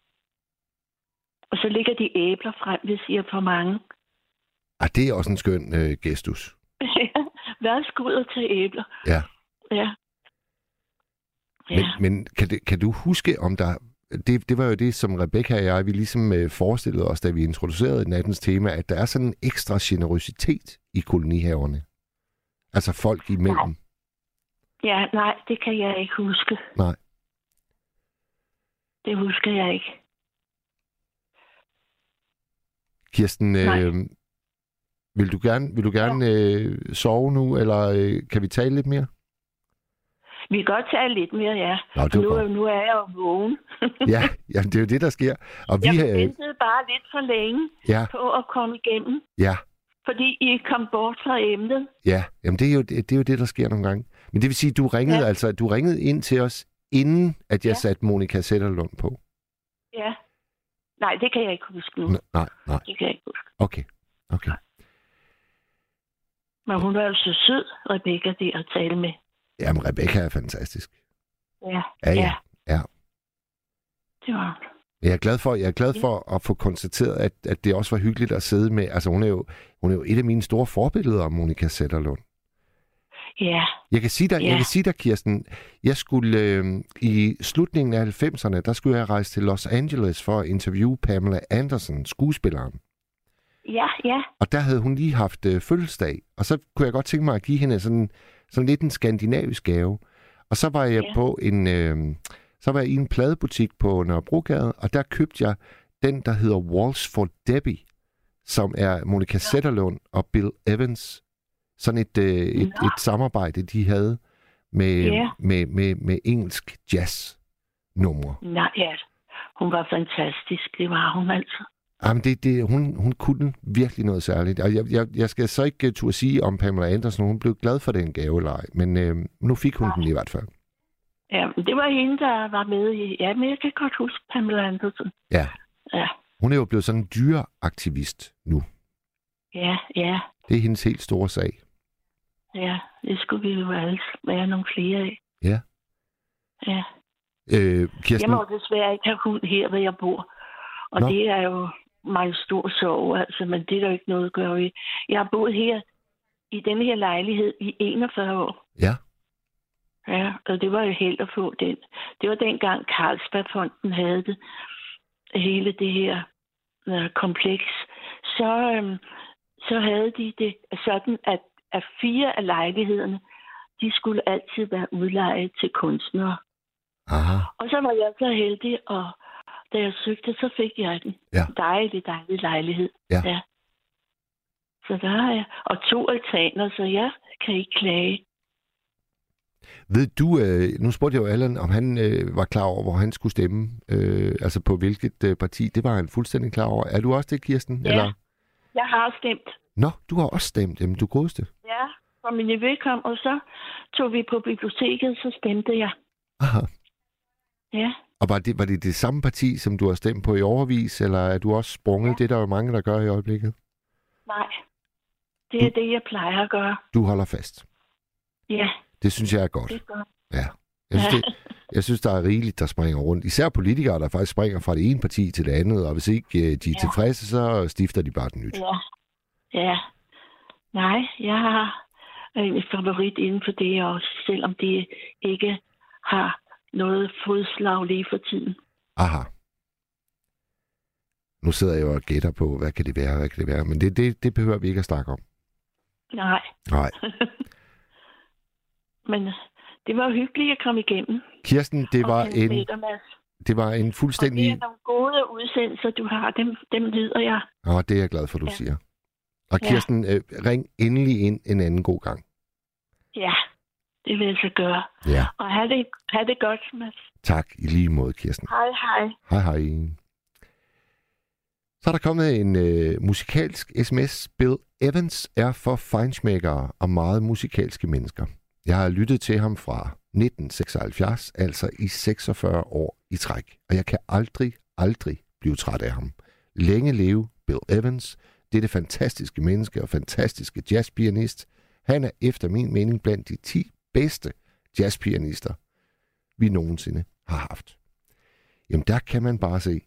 [SPEAKER 5] Og så ligger de æbler frem, hvis I er for mange.
[SPEAKER 2] Ah, det er også en skøn øh, gestus.
[SPEAKER 5] Værsgo ud og tage æbler.
[SPEAKER 2] Ja.
[SPEAKER 5] Ja.
[SPEAKER 2] Men,
[SPEAKER 5] Ja.
[SPEAKER 2] men kan, det, kan du huske, om der... Det, det var jo det, som Rebecca og jeg, vi ligesom øh, forestillede os, da vi introducerede nattens tema, at der er sådan en ekstra generøsitet i kolonihaverne. Altså folk imellem.
[SPEAKER 5] Ja, nej, det kan jeg ikke huske.
[SPEAKER 2] Nej.
[SPEAKER 5] Det husker jeg ikke.
[SPEAKER 2] Kirsten,
[SPEAKER 5] Nej.
[SPEAKER 2] øh, vil du gerne, vil du gerne øh, sove nu, eller øh, kan vi tale lidt mere?
[SPEAKER 5] Vi kan godt tage lidt mere, ja.
[SPEAKER 2] Nå, det var
[SPEAKER 5] nu,
[SPEAKER 2] godt.
[SPEAKER 5] nu er jeg jo vågen.
[SPEAKER 2] Ja, ja, det er jo det, der sker. Og vi,
[SPEAKER 5] Jeg
[SPEAKER 2] øh,
[SPEAKER 5] ventede bare lidt for længe
[SPEAKER 2] ja,
[SPEAKER 5] på at komme igennem,
[SPEAKER 2] ja,
[SPEAKER 5] fordi I kom bort fra emnet.
[SPEAKER 2] ja. Jamen, det er, jo, det er jo det, der sker nogle gange. Men det vil sige, du ringede,
[SPEAKER 5] Ja.
[SPEAKER 2] altså, du ringede ind til os, inden at jeg
[SPEAKER 5] Ja.
[SPEAKER 2] satte Monica Zetterlund på.
[SPEAKER 5] Ja. Nej, det kan jeg ikke huske nu.
[SPEAKER 2] N- nej, nej.
[SPEAKER 5] Det kan jeg ikke huske.
[SPEAKER 2] Okay, okay.
[SPEAKER 5] Men hun var jo så sød, Rebecca, der at tale med.
[SPEAKER 2] Jamen, Rebecca er fantastisk.
[SPEAKER 5] Ja,
[SPEAKER 2] Ja, ja. ja.
[SPEAKER 5] det var hun.
[SPEAKER 2] Jeg er glad for, jeg er glad
[SPEAKER 5] Ja.
[SPEAKER 2] for at få konstateret, at, at det også var hyggeligt at sidde med. Altså, hun er jo, hun er jo et af mine store forbilleder, Monica Zetterlund.
[SPEAKER 5] Ja,
[SPEAKER 2] Jeg kan sige dig,
[SPEAKER 5] Ja.
[SPEAKER 2] jeg kan sige dig, Kirsten, jeg skulle øh, i slutningen af halvfemserne, der skulle jeg rejse til Los Angeles for at interviewe Pamela Anderson, skuespilleren.
[SPEAKER 5] ja, ja.
[SPEAKER 2] Og der havde hun lige haft øh, fødselsdag, og så kunne jeg godt tænke mig at give hende sådan, sådan lidt en skandinavisk gave. Og så var jeg
[SPEAKER 5] Ja.
[SPEAKER 2] på en, øh, så var jeg i en pladebutik på Nørrebrogade, og der købte jeg den, der hedder Waltz for Debbie, som er Monica Zetterlund og Bill Evans. Sådan et, øh, et,
[SPEAKER 5] Ja.
[SPEAKER 2] et samarbejde, de havde med,
[SPEAKER 5] Ja.
[SPEAKER 2] med, med, med engelsk jazz-numre.
[SPEAKER 5] Nej, ja. hun var fantastisk. Det var hun altså.
[SPEAKER 2] Jamen, det, det, hun, hun kunne virkelig noget særligt. Og jeg, jeg, jeg skal så ikke turde sige om Pamela Andersen, hun blev glad for den gaveleg, men øh, nu fik hun Nej. den i hvert fald.
[SPEAKER 5] Ja, det var hende, der var med i... Ja, men jeg kan godt huske Pamela Andersen.
[SPEAKER 2] Ja.
[SPEAKER 5] Ja.
[SPEAKER 2] Hun er jo blevet sådan en dyreaktivist nu.
[SPEAKER 5] Ja, ja.
[SPEAKER 2] Det er hendes helt store sag.
[SPEAKER 5] Ja, det skulle vi jo alle være nogle flere af.
[SPEAKER 2] Ja.
[SPEAKER 5] Ja.
[SPEAKER 2] Øh, Kirsten...
[SPEAKER 5] Jeg må desværre ikke have hund her, hvor jeg bor. Og Nå. det er jo meget stor sorg, altså, men det er der ikke noget at gøre ved. Jeg har boet her i denne her lejlighed i enogfyrre år.
[SPEAKER 2] Ja.
[SPEAKER 5] Ja, og det var jo held at få den. Det var dengang Carlsbergfonden havde det, hele det her uh, kompleks. Så, øhm, så havde de det sådan, at, at fire af lejlighederne, de skulle altid være udlejet til kunstnere.
[SPEAKER 2] Aha.
[SPEAKER 5] Og så var jeg så heldig, og da jeg søgte, så fik jeg den.
[SPEAKER 2] Ja.
[SPEAKER 5] Dejlig, dejlig lejlighed.
[SPEAKER 2] Ja.
[SPEAKER 5] Ja. Så der har jeg. Og to altaner, så jeg kan ikke klage.
[SPEAKER 2] Ved du, øh, nu spurgte jeg jo Allan, om han øh, var klar over, hvor han skulle stemme, øh, altså på hvilket øh, parti. Det var han fuldstændig klar over. Er du også det, Kirsten?
[SPEAKER 5] Ja,
[SPEAKER 2] eller?
[SPEAKER 5] Jeg har stemt.
[SPEAKER 2] Nå, du har også stemt. Jamen, du godeste.
[SPEAKER 5] Ja, og min nevø kom, og så tog vi på biblioteket, så stemte jeg.
[SPEAKER 2] Aha.
[SPEAKER 5] Ja.
[SPEAKER 2] Og var det, var det det samme parti, som du har stemt på i overvis, eller er du også sprunget? Ja. Det er der jo mange, der gør i øjeblikket.
[SPEAKER 5] Nej, det er du, det, jeg plejer at gøre.
[SPEAKER 2] Du holder fast?
[SPEAKER 5] Ja.
[SPEAKER 2] Det synes jeg er godt.
[SPEAKER 5] Det er godt.
[SPEAKER 2] Ja. Jeg synes, det, jeg synes, der er rigeligt, der springer rundt. Især politikere, der faktisk springer fra det ene parti til det andet, og hvis ikke de er ja. tilfredse, så stifter de bare et nyt.
[SPEAKER 5] Ja. Ja. Nej, jeg har en favorit inden for det også, selvom det ikke har noget fodslag lige for tiden.
[SPEAKER 2] Aha. Nu sidder jeg jo og gætter på, hvad kan det være, hvad kan det være, men det, det, det behøver vi ikke at snakke om.
[SPEAKER 5] Nej.
[SPEAKER 2] Nej.
[SPEAKER 5] Men det var hyggeligt at komme igennem.
[SPEAKER 2] Kirsten, det var en det var en fuldstændig...
[SPEAKER 5] Og det er nogle gode udsendelser, du har. Dem, dem lyder jeg.
[SPEAKER 2] Nå, det er jeg glad for, du ja. siger. Og
[SPEAKER 5] ja.
[SPEAKER 2] Kirsten, øh, ring endelig ind en anden god gang.
[SPEAKER 5] Ja, det vil jeg så gøre.
[SPEAKER 2] Ja.
[SPEAKER 5] Og have det, have det godt, Mads.
[SPEAKER 2] Tak, i lige måde, Kirsten.
[SPEAKER 5] Hej, hej.
[SPEAKER 2] Hej, hej. Så er der kommet en øh, musikalsk sms. Bill Evans er for feinschmeckere og meget musikalske mennesker. Jeg har lyttet til ham fra nitten seksoghalvfjerds, altså i seksogfyrre år i træk. Og jeg kan aldrig, aldrig blive træt af ham. Længe leve Bill Evans, dette fantastiske menneske og fantastiske jazzpianist. Han er efter min mening blandt de ti bedste jazzpianister, vi nogensinde har haft. Jamen der kan man bare se.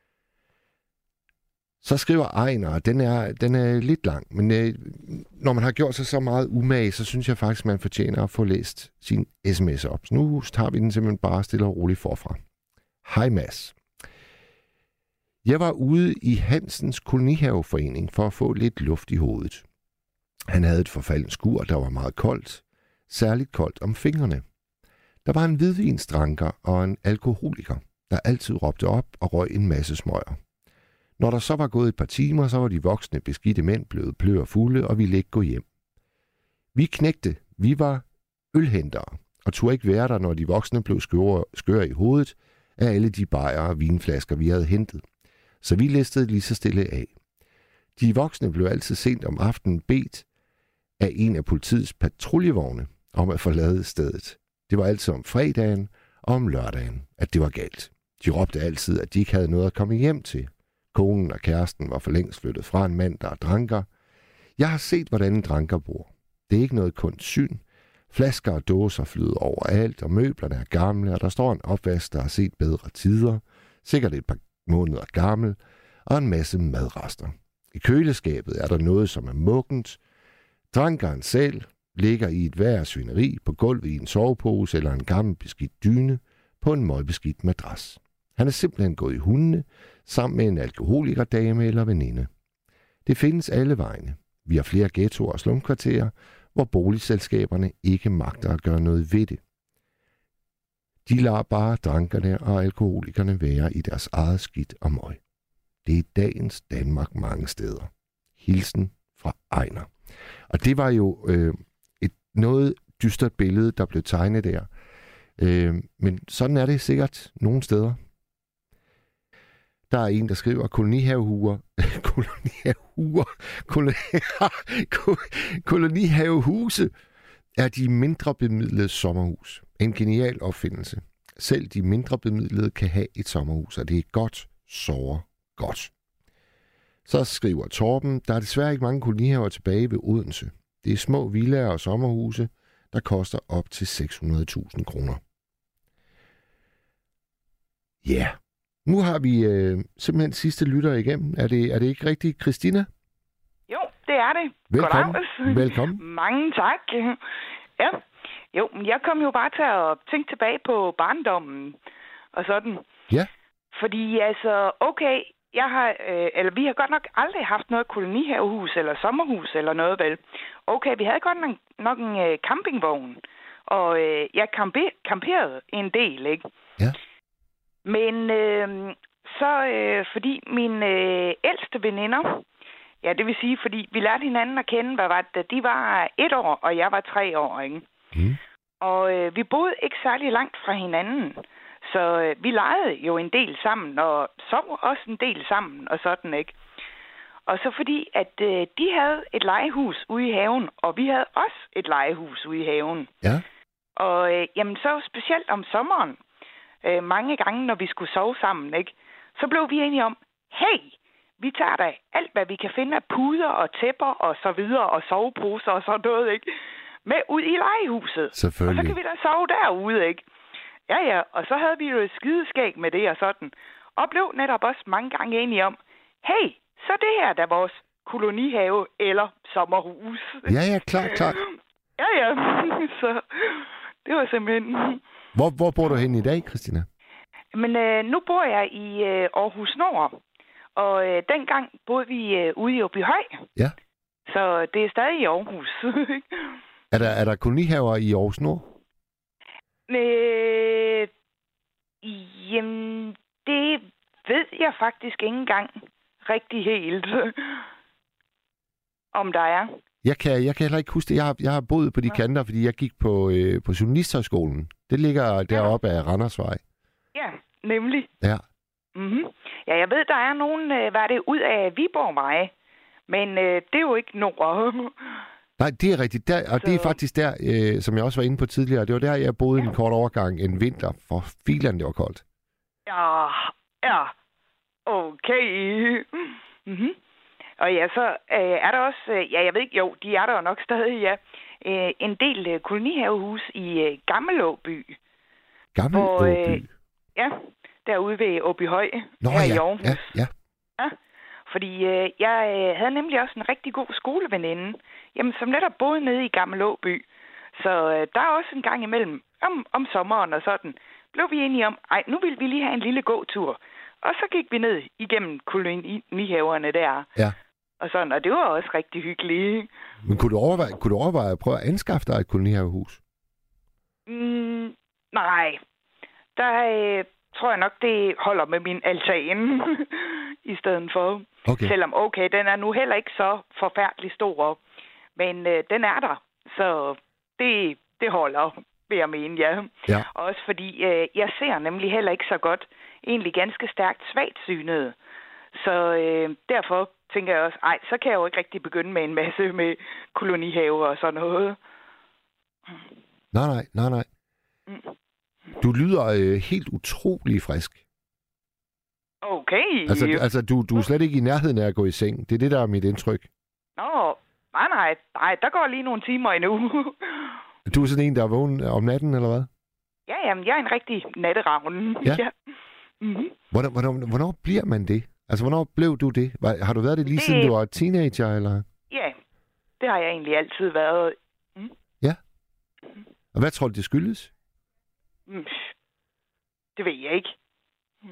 [SPEAKER 2] Så skriver Ejner, den er, den er lidt lang, men øh, når man har gjort sig så meget umage, så synes jeg faktisk, man fortjener at få læst sin sms op. Så nu tager vi den simpelthen bare stille og roligt forfra. Hej Mads. Jeg var ude i Hansens kolonihaveforening for at få lidt luft i hovedet. Han havde et forfaldent skur, der var meget koldt, særligt koldt om fingrene. Der var en hvidvinsdranker og en alkoholiker, der altid råbte op og røg en masse smøger. Når der så var gået et par timer, så var de voksne beskidte mænd blevet plø og fulde, og ville ikke gå hjem. Vi knægte, vi var ølhentere, og turde ikke være der, når de voksne blev skøre, skøre i hovedet af alle de bajere og vinflasker, vi havde hentet. Så vi listede lige så stille af. De voksne blev altid sent om aftenen bedt af en af politiets patruljevogne om at forlade stedet. Det var altid om fredagen og om lørdagen, at det var galt. De råbte altid, at de ikke havde noget at komme hjem til. Konen og kæresten var for længst flyttet fra en mand, der er dranker. Jeg har set, hvordan en dranker bor. Det er ikke noget kun syn. Flasker og dåser flyder overalt, og møblerne er gamle, og der står en opvask, der har set bedre tider, sikkert et par måneder gammel, og en masse madrester. I køleskabet er der noget, som er muggent. Drankeren selv ligger i et værre svineri på gulvet i en sovepose eller en gammel beskidt dyne på en møgbeskidt madras. Han er simpelthen gået i hundene sammen med en alkoholikerdame eller veninde. Det findes alle vegne. Vi har flere ghettoer og slumkvarterer, hvor boligselskaberne ikke magter at gøre noget ved det. De lader bare drankerne og alkoholikerne være i deres eget skidt og møg. Det er dagens Danmark mange steder. Hilsen fra Ejner. Og det var jo øh, et noget dystert billede, der blev tegnet der. Øh, men sådan er det sikkert nogle steder. der er en, der skriver, kolonihavehuer, kolonihavehuer, kolonihavehuse er de mindre bemidlede sommerhus. En genial opfindelse. Selv de mindre bemidlede kan have et sommerhus, og det er godt, sover godt. Så skriver Torben, der er desværre ikke mange kolonihaver tilbage ved Odense. Det er små villaer og sommerhuse, der koster op til seks hundrede tusind kroner. Ja, yeah. Nu har vi øh, simpelthen sidste lytter igennem. Er det, er det ikke rigtigt, Christina?
[SPEAKER 6] Jo, det er det.
[SPEAKER 2] Velkommen.
[SPEAKER 6] Goddag.
[SPEAKER 2] Velkommen.
[SPEAKER 6] Mange tak. Ja, jo, jeg kom jo bare til at tænke tilbage på barndommen og sådan.
[SPEAKER 2] Ja.
[SPEAKER 6] Fordi altså, okay, jeg har, øh, eller vi har godt nok aldrig haft noget kolonihavehus eller sommerhus eller noget, vel. Okay, vi havde godt nok, nok en øh, campingvogn, og øh, jeg campe, camperede en del, ikke?
[SPEAKER 2] Ja.
[SPEAKER 6] Men øh, så øh, fordi mine øh, ældste veninder, ja, det vil sige, fordi vi lærte hinanden at kende, hvad var det, de var et år, og jeg var tre år, ikke?
[SPEAKER 2] Mm.
[SPEAKER 6] Og øh, vi boede ikke særlig langt fra hinanden, så øh, vi legede jo en del sammen, og sov også en del sammen, og sådan, ikke? Og så fordi, at øh, de havde et legehus ude i haven, og vi havde også et legehus ude i haven.
[SPEAKER 2] Ja.
[SPEAKER 6] Og øh, jamen, så specielt om sommeren, øh, mange gange, når vi skulle sove sammen, ikke? Så blev vi enige om, hey, vi tager da alt, hvad vi kan finde af puder og tæpper og så videre, og soveposer og sådan noget, ikke? Med ud i legehuset.
[SPEAKER 2] Selvfølgelig.
[SPEAKER 6] Og så kan vi da sove derude, ikke? Ja, ja, og så havde vi jo et skideskæg med det og sådan. Og blev netop også mange gange enige om, hey, så det her er vores kolonihave eller sommerhus.
[SPEAKER 2] Ja, ja, klart, klart.
[SPEAKER 6] Ja, ja, så det var simpelthen...
[SPEAKER 2] Hvor, hvor bor du henne i dag, Christina?
[SPEAKER 6] Men øh, nu bor jeg i øh, Aarhus Nord, og øh, dengang boede vi øh, ude i Åbyhøj.
[SPEAKER 2] Ja.
[SPEAKER 6] Så det er stadig i Aarhus.
[SPEAKER 2] Er der, er der kolonihaver i Aarhus Nord?
[SPEAKER 6] Øh, jamen, det ved jeg faktisk ikke engang rigtig helt, om der er.
[SPEAKER 2] Jeg kan, jeg kan heller ikke huske det. Jeg har, jeg har boet på de ja. kanter, fordi jeg gik på, øh, på Journalisthøjskolen. Det ligger deroppe ja. af Randersvej.
[SPEAKER 6] Ja, nemlig.
[SPEAKER 2] Ja.
[SPEAKER 6] Mm-hmm. Ja, jeg ved, der er nogen, øh, hvad er det, ud af Viborgvej, men øh, det er jo ikke nord.
[SPEAKER 2] Nej, det er rigtigt. Der, og så... det er faktisk der, øh, som jeg også var inde på tidligere, det var der, jeg boede ja. en kort overgang en vinter, for filan det var koldt.
[SPEAKER 6] Ja, ja. Okay. Mm-hmm. Og ja, så øh, er der også, øh, ja, jeg ved ikke, jo, de er der jo nok stadig, ja, øh, en del øh, kolonihavehus i øh, Gammelåby.
[SPEAKER 2] Gammelåby?
[SPEAKER 6] Øh, ja, derude ved Åbyhøj,
[SPEAKER 2] Nå,
[SPEAKER 6] her
[SPEAKER 2] ja,
[SPEAKER 6] i Aarhus.
[SPEAKER 2] ja, ja.
[SPEAKER 6] Ja, fordi øh, jeg øh, havde nemlig også en rigtig god skoleveninde, jamen, som netop boede nede i Gammelåby. Så øh, der er også en gang imellem, om, om sommeren og sådan, blev vi enige om, ej, nu vil vi lige have en lille gåtur. Og så gik vi ned igennem kolonihaverne der.
[SPEAKER 2] Ja.
[SPEAKER 6] Og sådan, og det var også rigtig hyggeligt.
[SPEAKER 2] Men kunne du overveje, kunne du overveje at prøve at anskaffe dig et kolonihavehus?
[SPEAKER 6] Mm, nej. Der øh, tror jeg nok, det holder med min altan i stedet for.
[SPEAKER 2] Okay. Selvom,
[SPEAKER 6] okay, den er nu heller ikke så forfærdelig stor. Men øh, den er der. Så det, det holder, vil jeg mene, ja.
[SPEAKER 2] ja.
[SPEAKER 6] Også fordi øh, jeg ser nemlig heller ikke så godt. Egentlig ganske stærkt svagt synet. Så øh, derfor tænker jeg også, ej, så kan jeg jo ikke rigtig begynde med en masse med kolonihaver og sådan noget.
[SPEAKER 2] Nej, nej, nej, nej.
[SPEAKER 6] Mm.
[SPEAKER 2] Du lyder øh, helt utrolig frisk.
[SPEAKER 6] Okay.
[SPEAKER 2] Altså, altså du, du er slet ikke i nærheden af at gå i seng. Det er det, der er mit indtryk.
[SPEAKER 6] Nå, nej, nej. Nej, der går lige nogle timer endnu.
[SPEAKER 2] Du er sådan en, der er vågen om natten, eller hvad?
[SPEAKER 6] Ja, jamen, jeg er en rigtig natteravn.
[SPEAKER 2] Ja.
[SPEAKER 6] ja. Mm-hmm.
[SPEAKER 2] Hvornår, hvornår, hvornår bliver man det? Altså, hvornår blev du det? Var, har du været det lige
[SPEAKER 6] det...
[SPEAKER 2] siden du var teenager, eller?
[SPEAKER 6] Ja, det har jeg egentlig altid været. Mm.
[SPEAKER 2] Ja? Og hvad tror du, det skyldes?
[SPEAKER 6] Mm. Det ved jeg ikke. Mm.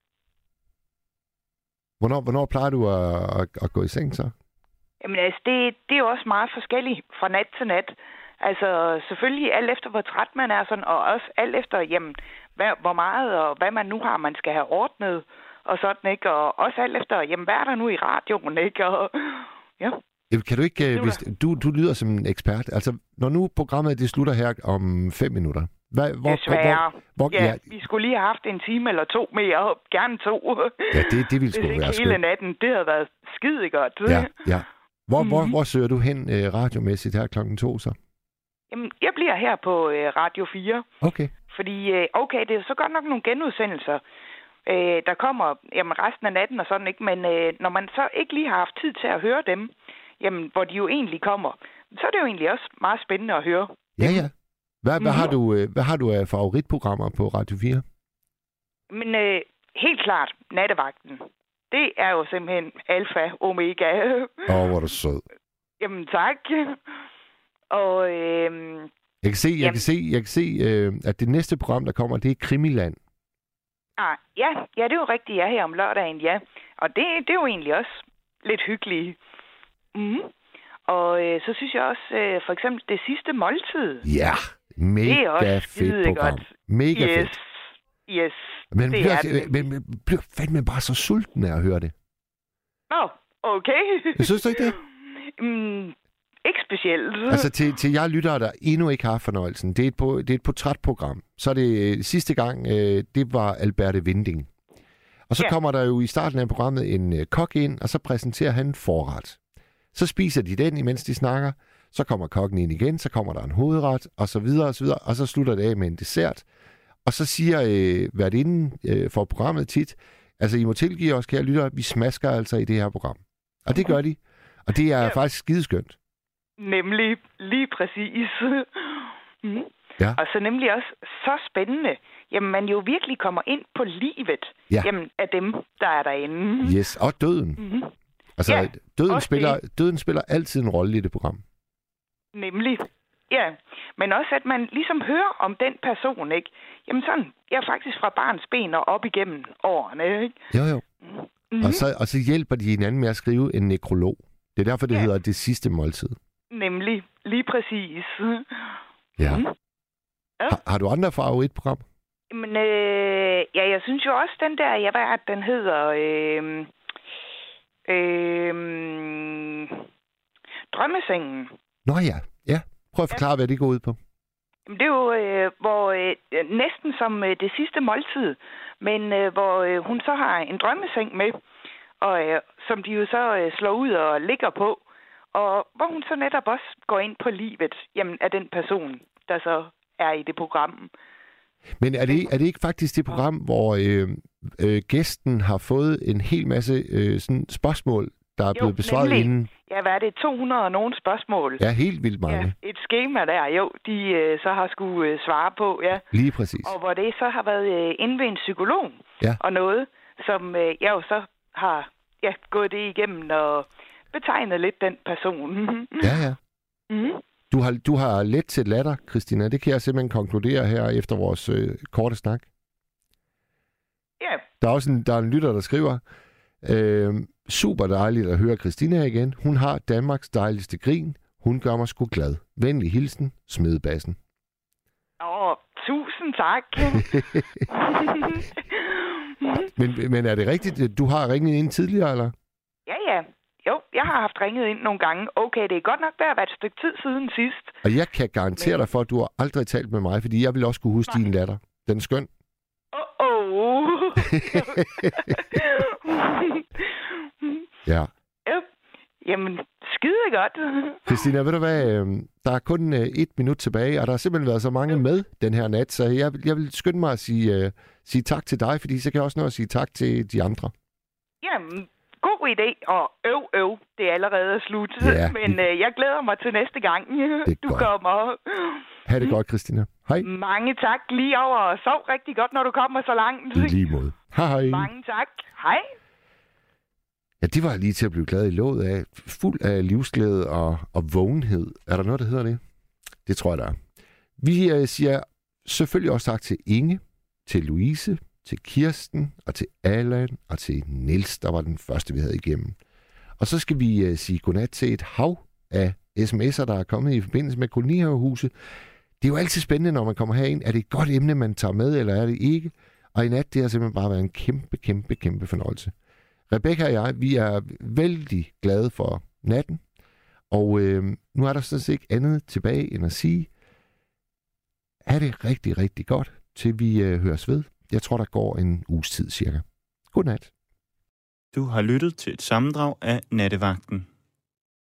[SPEAKER 2] Hvornår, hvornår plejer du at, at, at gå i seng, så?
[SPEAKER 6] Jamen, altså, det, det er jo også meget forskelligt fra nat til nat. Altså, selvfølgelig alt efter, hvor træt man er, sådan, og også alt efter, jamen, hvad, hvor meget og hvad man nu har, man skal have ordnet, og sådan, ikke? Og også alt efter, jamen, hvad er der nu i radioen, ikke? Og, ja.
[SPEAKER 2] Kan du ikke, hvis, du, du lyder som en ekspert. Altså, når nu programmet det slutter her om fem minutter, Hvad, hvor,
[SPEAKER 6] Desværre.
[SPEAKER 2] Hvor, hvor,
[SPEAKER 6] ja,
[SPEAKER 2] ja,
[SPEAKER 6] vi skulle lige have haft en time eller to mere. Gerne to.
[SPEAKER 2] ja, det, det ville sgu
[SPEAKER 6] Hvis ikke
[SPEAKER 2] være
[SPEAKER 6] hele
[SPEAKER 2] skønt.
[SPEAKER 6] natten. Det havde været skide godt.
[SPEAKER 2] Ja, ja. Hvor,
[SPEAKER 6] Mhm.
[SPEAKER 2] hvor, hvor søger du hen øh, radiomæssigt her klokken to så?
[SPEAKER 6] Jamen, jeg bliver her på øh, Radio fire.
[SPEAKER 2] Okay.
[SPEAKER 6] Fordi, øh, okay, det er så godt nok nogle genudsendelser, øh, der kommer jamen, resten af natten og sådan, ikke? Men øh, når man så ikke lige har haft tid til at høre dem, jamen, hvor de jo egentlig kommer, så er det jo egentlig også meget spændende at høre.
[SPEAKER 2] Ja, ja. Hvad, hvad,
[SPEAKER 6] Mhm.
[SPEAKER 2] har du, øh, hvad har du af favoritprogrammer på Radio fire?
[SPEAKER 6] Men øh, helt klart, Nattevagten. Det er jo simpelthen alfa, omega.
[SPEAKER 2] Åh, oh, hvor er du sød.
[SPEAKER 6] Jamen, tak. Og øh,
[SPEAKER 2] Jeg kan se, jeg
[SPEAKER 6] Jamen.
[SPEAKER 2] kan se, jeg kan se øh, at det næste program, der kommer, det er Krimiland.
[SPEAKER 6] ah, ja, ja, det er jo rigtigt, jeg er her om lørdagen, ja. Og det, det er jo egentlig også lidt hyggeligt. Mm. Og øh, så synes jeg også, øh, for eksempel det sidste måltid.
[SPEAKER 2] Ja, mega
[SPEAKER 6] Det er også
[SPEAKER 2] fedt
[SPEAKER 6] skide
[SPEAKER 2] program.
[SPEAKER 6] godt.
[SPEAKER 2] Mega
[SPEAKER 6] yes.
[SPEAKER 2] fedt.
[SPEAKER 6] Yes,
[SPEAKER 2] Men
[SPEAKER 6] det
[SPEAKER 2] bliver,
[SPEAKER 6] er det.
[SPEAKER 2] men, men bliver fandme bare så sulten af at høre det.
[SPEAKER 6] Nå, okay.
[SPEAKER 2] Jeg synes du ikke det?
[SPEAKER 6] mm, ikke specielt.
[SPEAKER 2] Altså til, til jer lyttere, der endnu ikke har fornøjelsen, det er et, på, det er et portrætprogram. Så er det øh, sidste gang, øh, det var Alberte Winding. Og så
[SPEAKER 6] Ja.
[SPEAKER 2] kommer der jo i starten af programmet en øh, kok ind, og så præsenterer han en forret. Så spiser de den, imens de snakker. Så kommer kokken ind igen, så kommer der en hovedret, og så videre, og så videre. Og så slutter det af med en dessert. Og så siger øh, værtinden øh, for programmet tit, altså I må tilgive os, kære lyttere, vi smasker altså i det her program. Og det gør de. Og det er
[SPEAKER 6] Ja.
[SPEAKER 2] faktisk skideskønt.
[SPEAKER 6] Nemlig lige præcis. mm.
[SPEAKER 2] Ja.
[SPEAKER 6] Og så nemlig også så spændende. Jamen, man jo virkelig kommer ind på livet.
[SPEAKER 2] Ja.
[SPEAKER 6] Jamen, af dem, der er derinde.
[SPEAKER 2] Yes, og døden.
[SPEAKER 6] Mm-hmm.
[SPEAKER 2] Altså,
[SPEAKER 6] Ja,
[SPEAKER 2] døden,
[SPEAKER 6] også
[SPEAKER 2] spiller, døden spiller altid en rolle i det program.
[SPEAKER 6] Nemlig. Ja, men også at man ligesom hører om den person, ikke? Jamen sådan, jeg er faktisk fra barns ben og op igennem årene, ikke?
[SPEAKER 2] Jo, jo.
[SPEAKER 6] Mm-hmm.
[SPEAKER 2] Og, så, og så hjælper de hinanden med at skrive en nekrolog. Det er derfor, det
[SPEAKER 6] Ja.
[SPEAKER 2] hedder Det Sidste Måltid.
[SPEAKER 6] Nemlig, lige præcis.
[SPEAKER 2] Ja.
[SPEAKER 6] Mhm. Ja.
[SPEAKER 2] Har, har du andre favoritprogram?
[SPEAKER 6] Men øh, ja, jeg synes jo også, den der, jeg ved, at den hedder øh, øh, Drømmesengen.
[SPEAKER 2] Nå ja, ja. Prøv at forklare, ja. hvad det går ud på.
[SPEAKER 6] Det er jo, øh, hvor øh, næsten som øh, det sidste måltid, men øh, hvor øh, hun så har en drømmeseng med, og øh, som de jo så øh, slår ud og ligger på, og hvor hun så netop også går ind på livet jamen, af den person, der så er i det program.
[SPEAKER 2] Men er det, er det ikke faktisk det program, hvor øh, øh, gæsten har fået en hel masse øh, sådan spørgsmål, der er blevet besvaret
[SPEAKER 6] nemlig.
[SPEAKER 2] inden?
[SPEAKER 6] Ja, hvad er det? to hundrede og nogle spørgsmål.
[SPEAKER 2] Ja, helt vildt mange.
[SPEAKER 6] Ja, et skema der, jo, de øh, så har skulle øh, svare på, ja.
[SPEAKER 2] Lige præcis.
[SPEAKER 6] Og hvor det så har været øh, inde ved en psykolog
[SPEAKER 2] Ja.
[SPEAKER 6] og noget, som øh, jeg jo så har ja, gået det igennem og betegnet lidt den person.
[SPEAKER 2] Ja, ja.
[SPEAKER 6] mm.
[SPEAKER 2] Du har, du har let til latter, Christina. Det kan jeg simpelthen konkludere her efter vores øh, korte snak.
[SPEAKER 6] Ja,
[SPEAKER 2] Der er også en, der er en lytter, der skriver, øh, super dejligt at høre Christina igen. Hun har Danmarks dejligste grin. Hun gør mig sgu glad. Venlig hilsen, Smedebassen.
[SPEAKER 6] åh, tusind tak.
[SPEAKER 2] Men, men er det rigtigt, at du har ringet ind tidligere, eller?
[SPEAKER 6] ja, ja. Jo, jeg har haft ringet ind nogle gange. Okay, det er godt nok ved at være et stykke tid siden sidst.
[SPEAKER 2] Og jeg kan garantere dig for, at du har aldrig talt med mig, fordi jeg vil også kunne huske
[SPEAKER 6] Nej.
[SPEAKER 2] din latter. Den er skøn.
[SPEAKER 6] Åh, oh, oh.
[SPEAKER 2] Ja.
[SPEAKER 6] ja. Jamen, skide godt.
[SPEAKER 2] Christina, ved du hvad? øh, Der er kun øh, et minut tilbage, og der har simpelthen været så mange med den her nat, så jeg, jeg vil skynde mig at sige, uh, sige tak til dig, fordi så kan jeg også nå at sige tak til de andre.
[SPEAKER 6] Jamen, god idé, og øv, øv, det er allerede slut.
[SPEAKER 2] Ja.
[SPEAKER 6] Men øh, jeg glæder mig til næste gang,
[SPEAKER 2] er
[SPEAKER 6] du
[SPEAKER 2] godt.
[SPEAKER 6] kommer.
[SPEAKER 2] Ha' det godt, Christina. Hej.
[SPEAKER 6] Mange tak lige over, og sov rigtig godt, når du kommer så langt.
[SPEAKER 2] I lige måde. Hej, hej.
[SPEAKER 6] Mange tak. Hej.
[SPEAKER 2] Ja, det var lige til at blive glad i låget af. Fuld af livsglæde og, og vågenhed. Er der noget, der hedder det? Det tror jeg, der er. Vi øh, siger selvfølgelig også tak til Inge, til Louise, til Kirsten og til Allan og til Niels, der var den første, vi havde igennem. Og så skal vi øh, sige godnat til et hav af sms'er, der er kommet i forbindelse med kolonihavehuse. Det er jo altid spændende, når man kommer herind. Er det et godt emne, man tager med, eller er det ikke? Og i nat, det har simpelthen bare været en kæmpe, kæmpe, kæmpe fornøjelse. Rebecca og jeg, vi er vældig glade for natten. Og øh, nu er der sådan set ikke andet tilbage end at sige, Ha' det rigtig, rigtig godt, til vi øh, høres ved. Jeg tror, der går en uges tid cirka. Godnat.
[SPEAKER 7] Du har lyttet til et sammendrag af Nattevagten.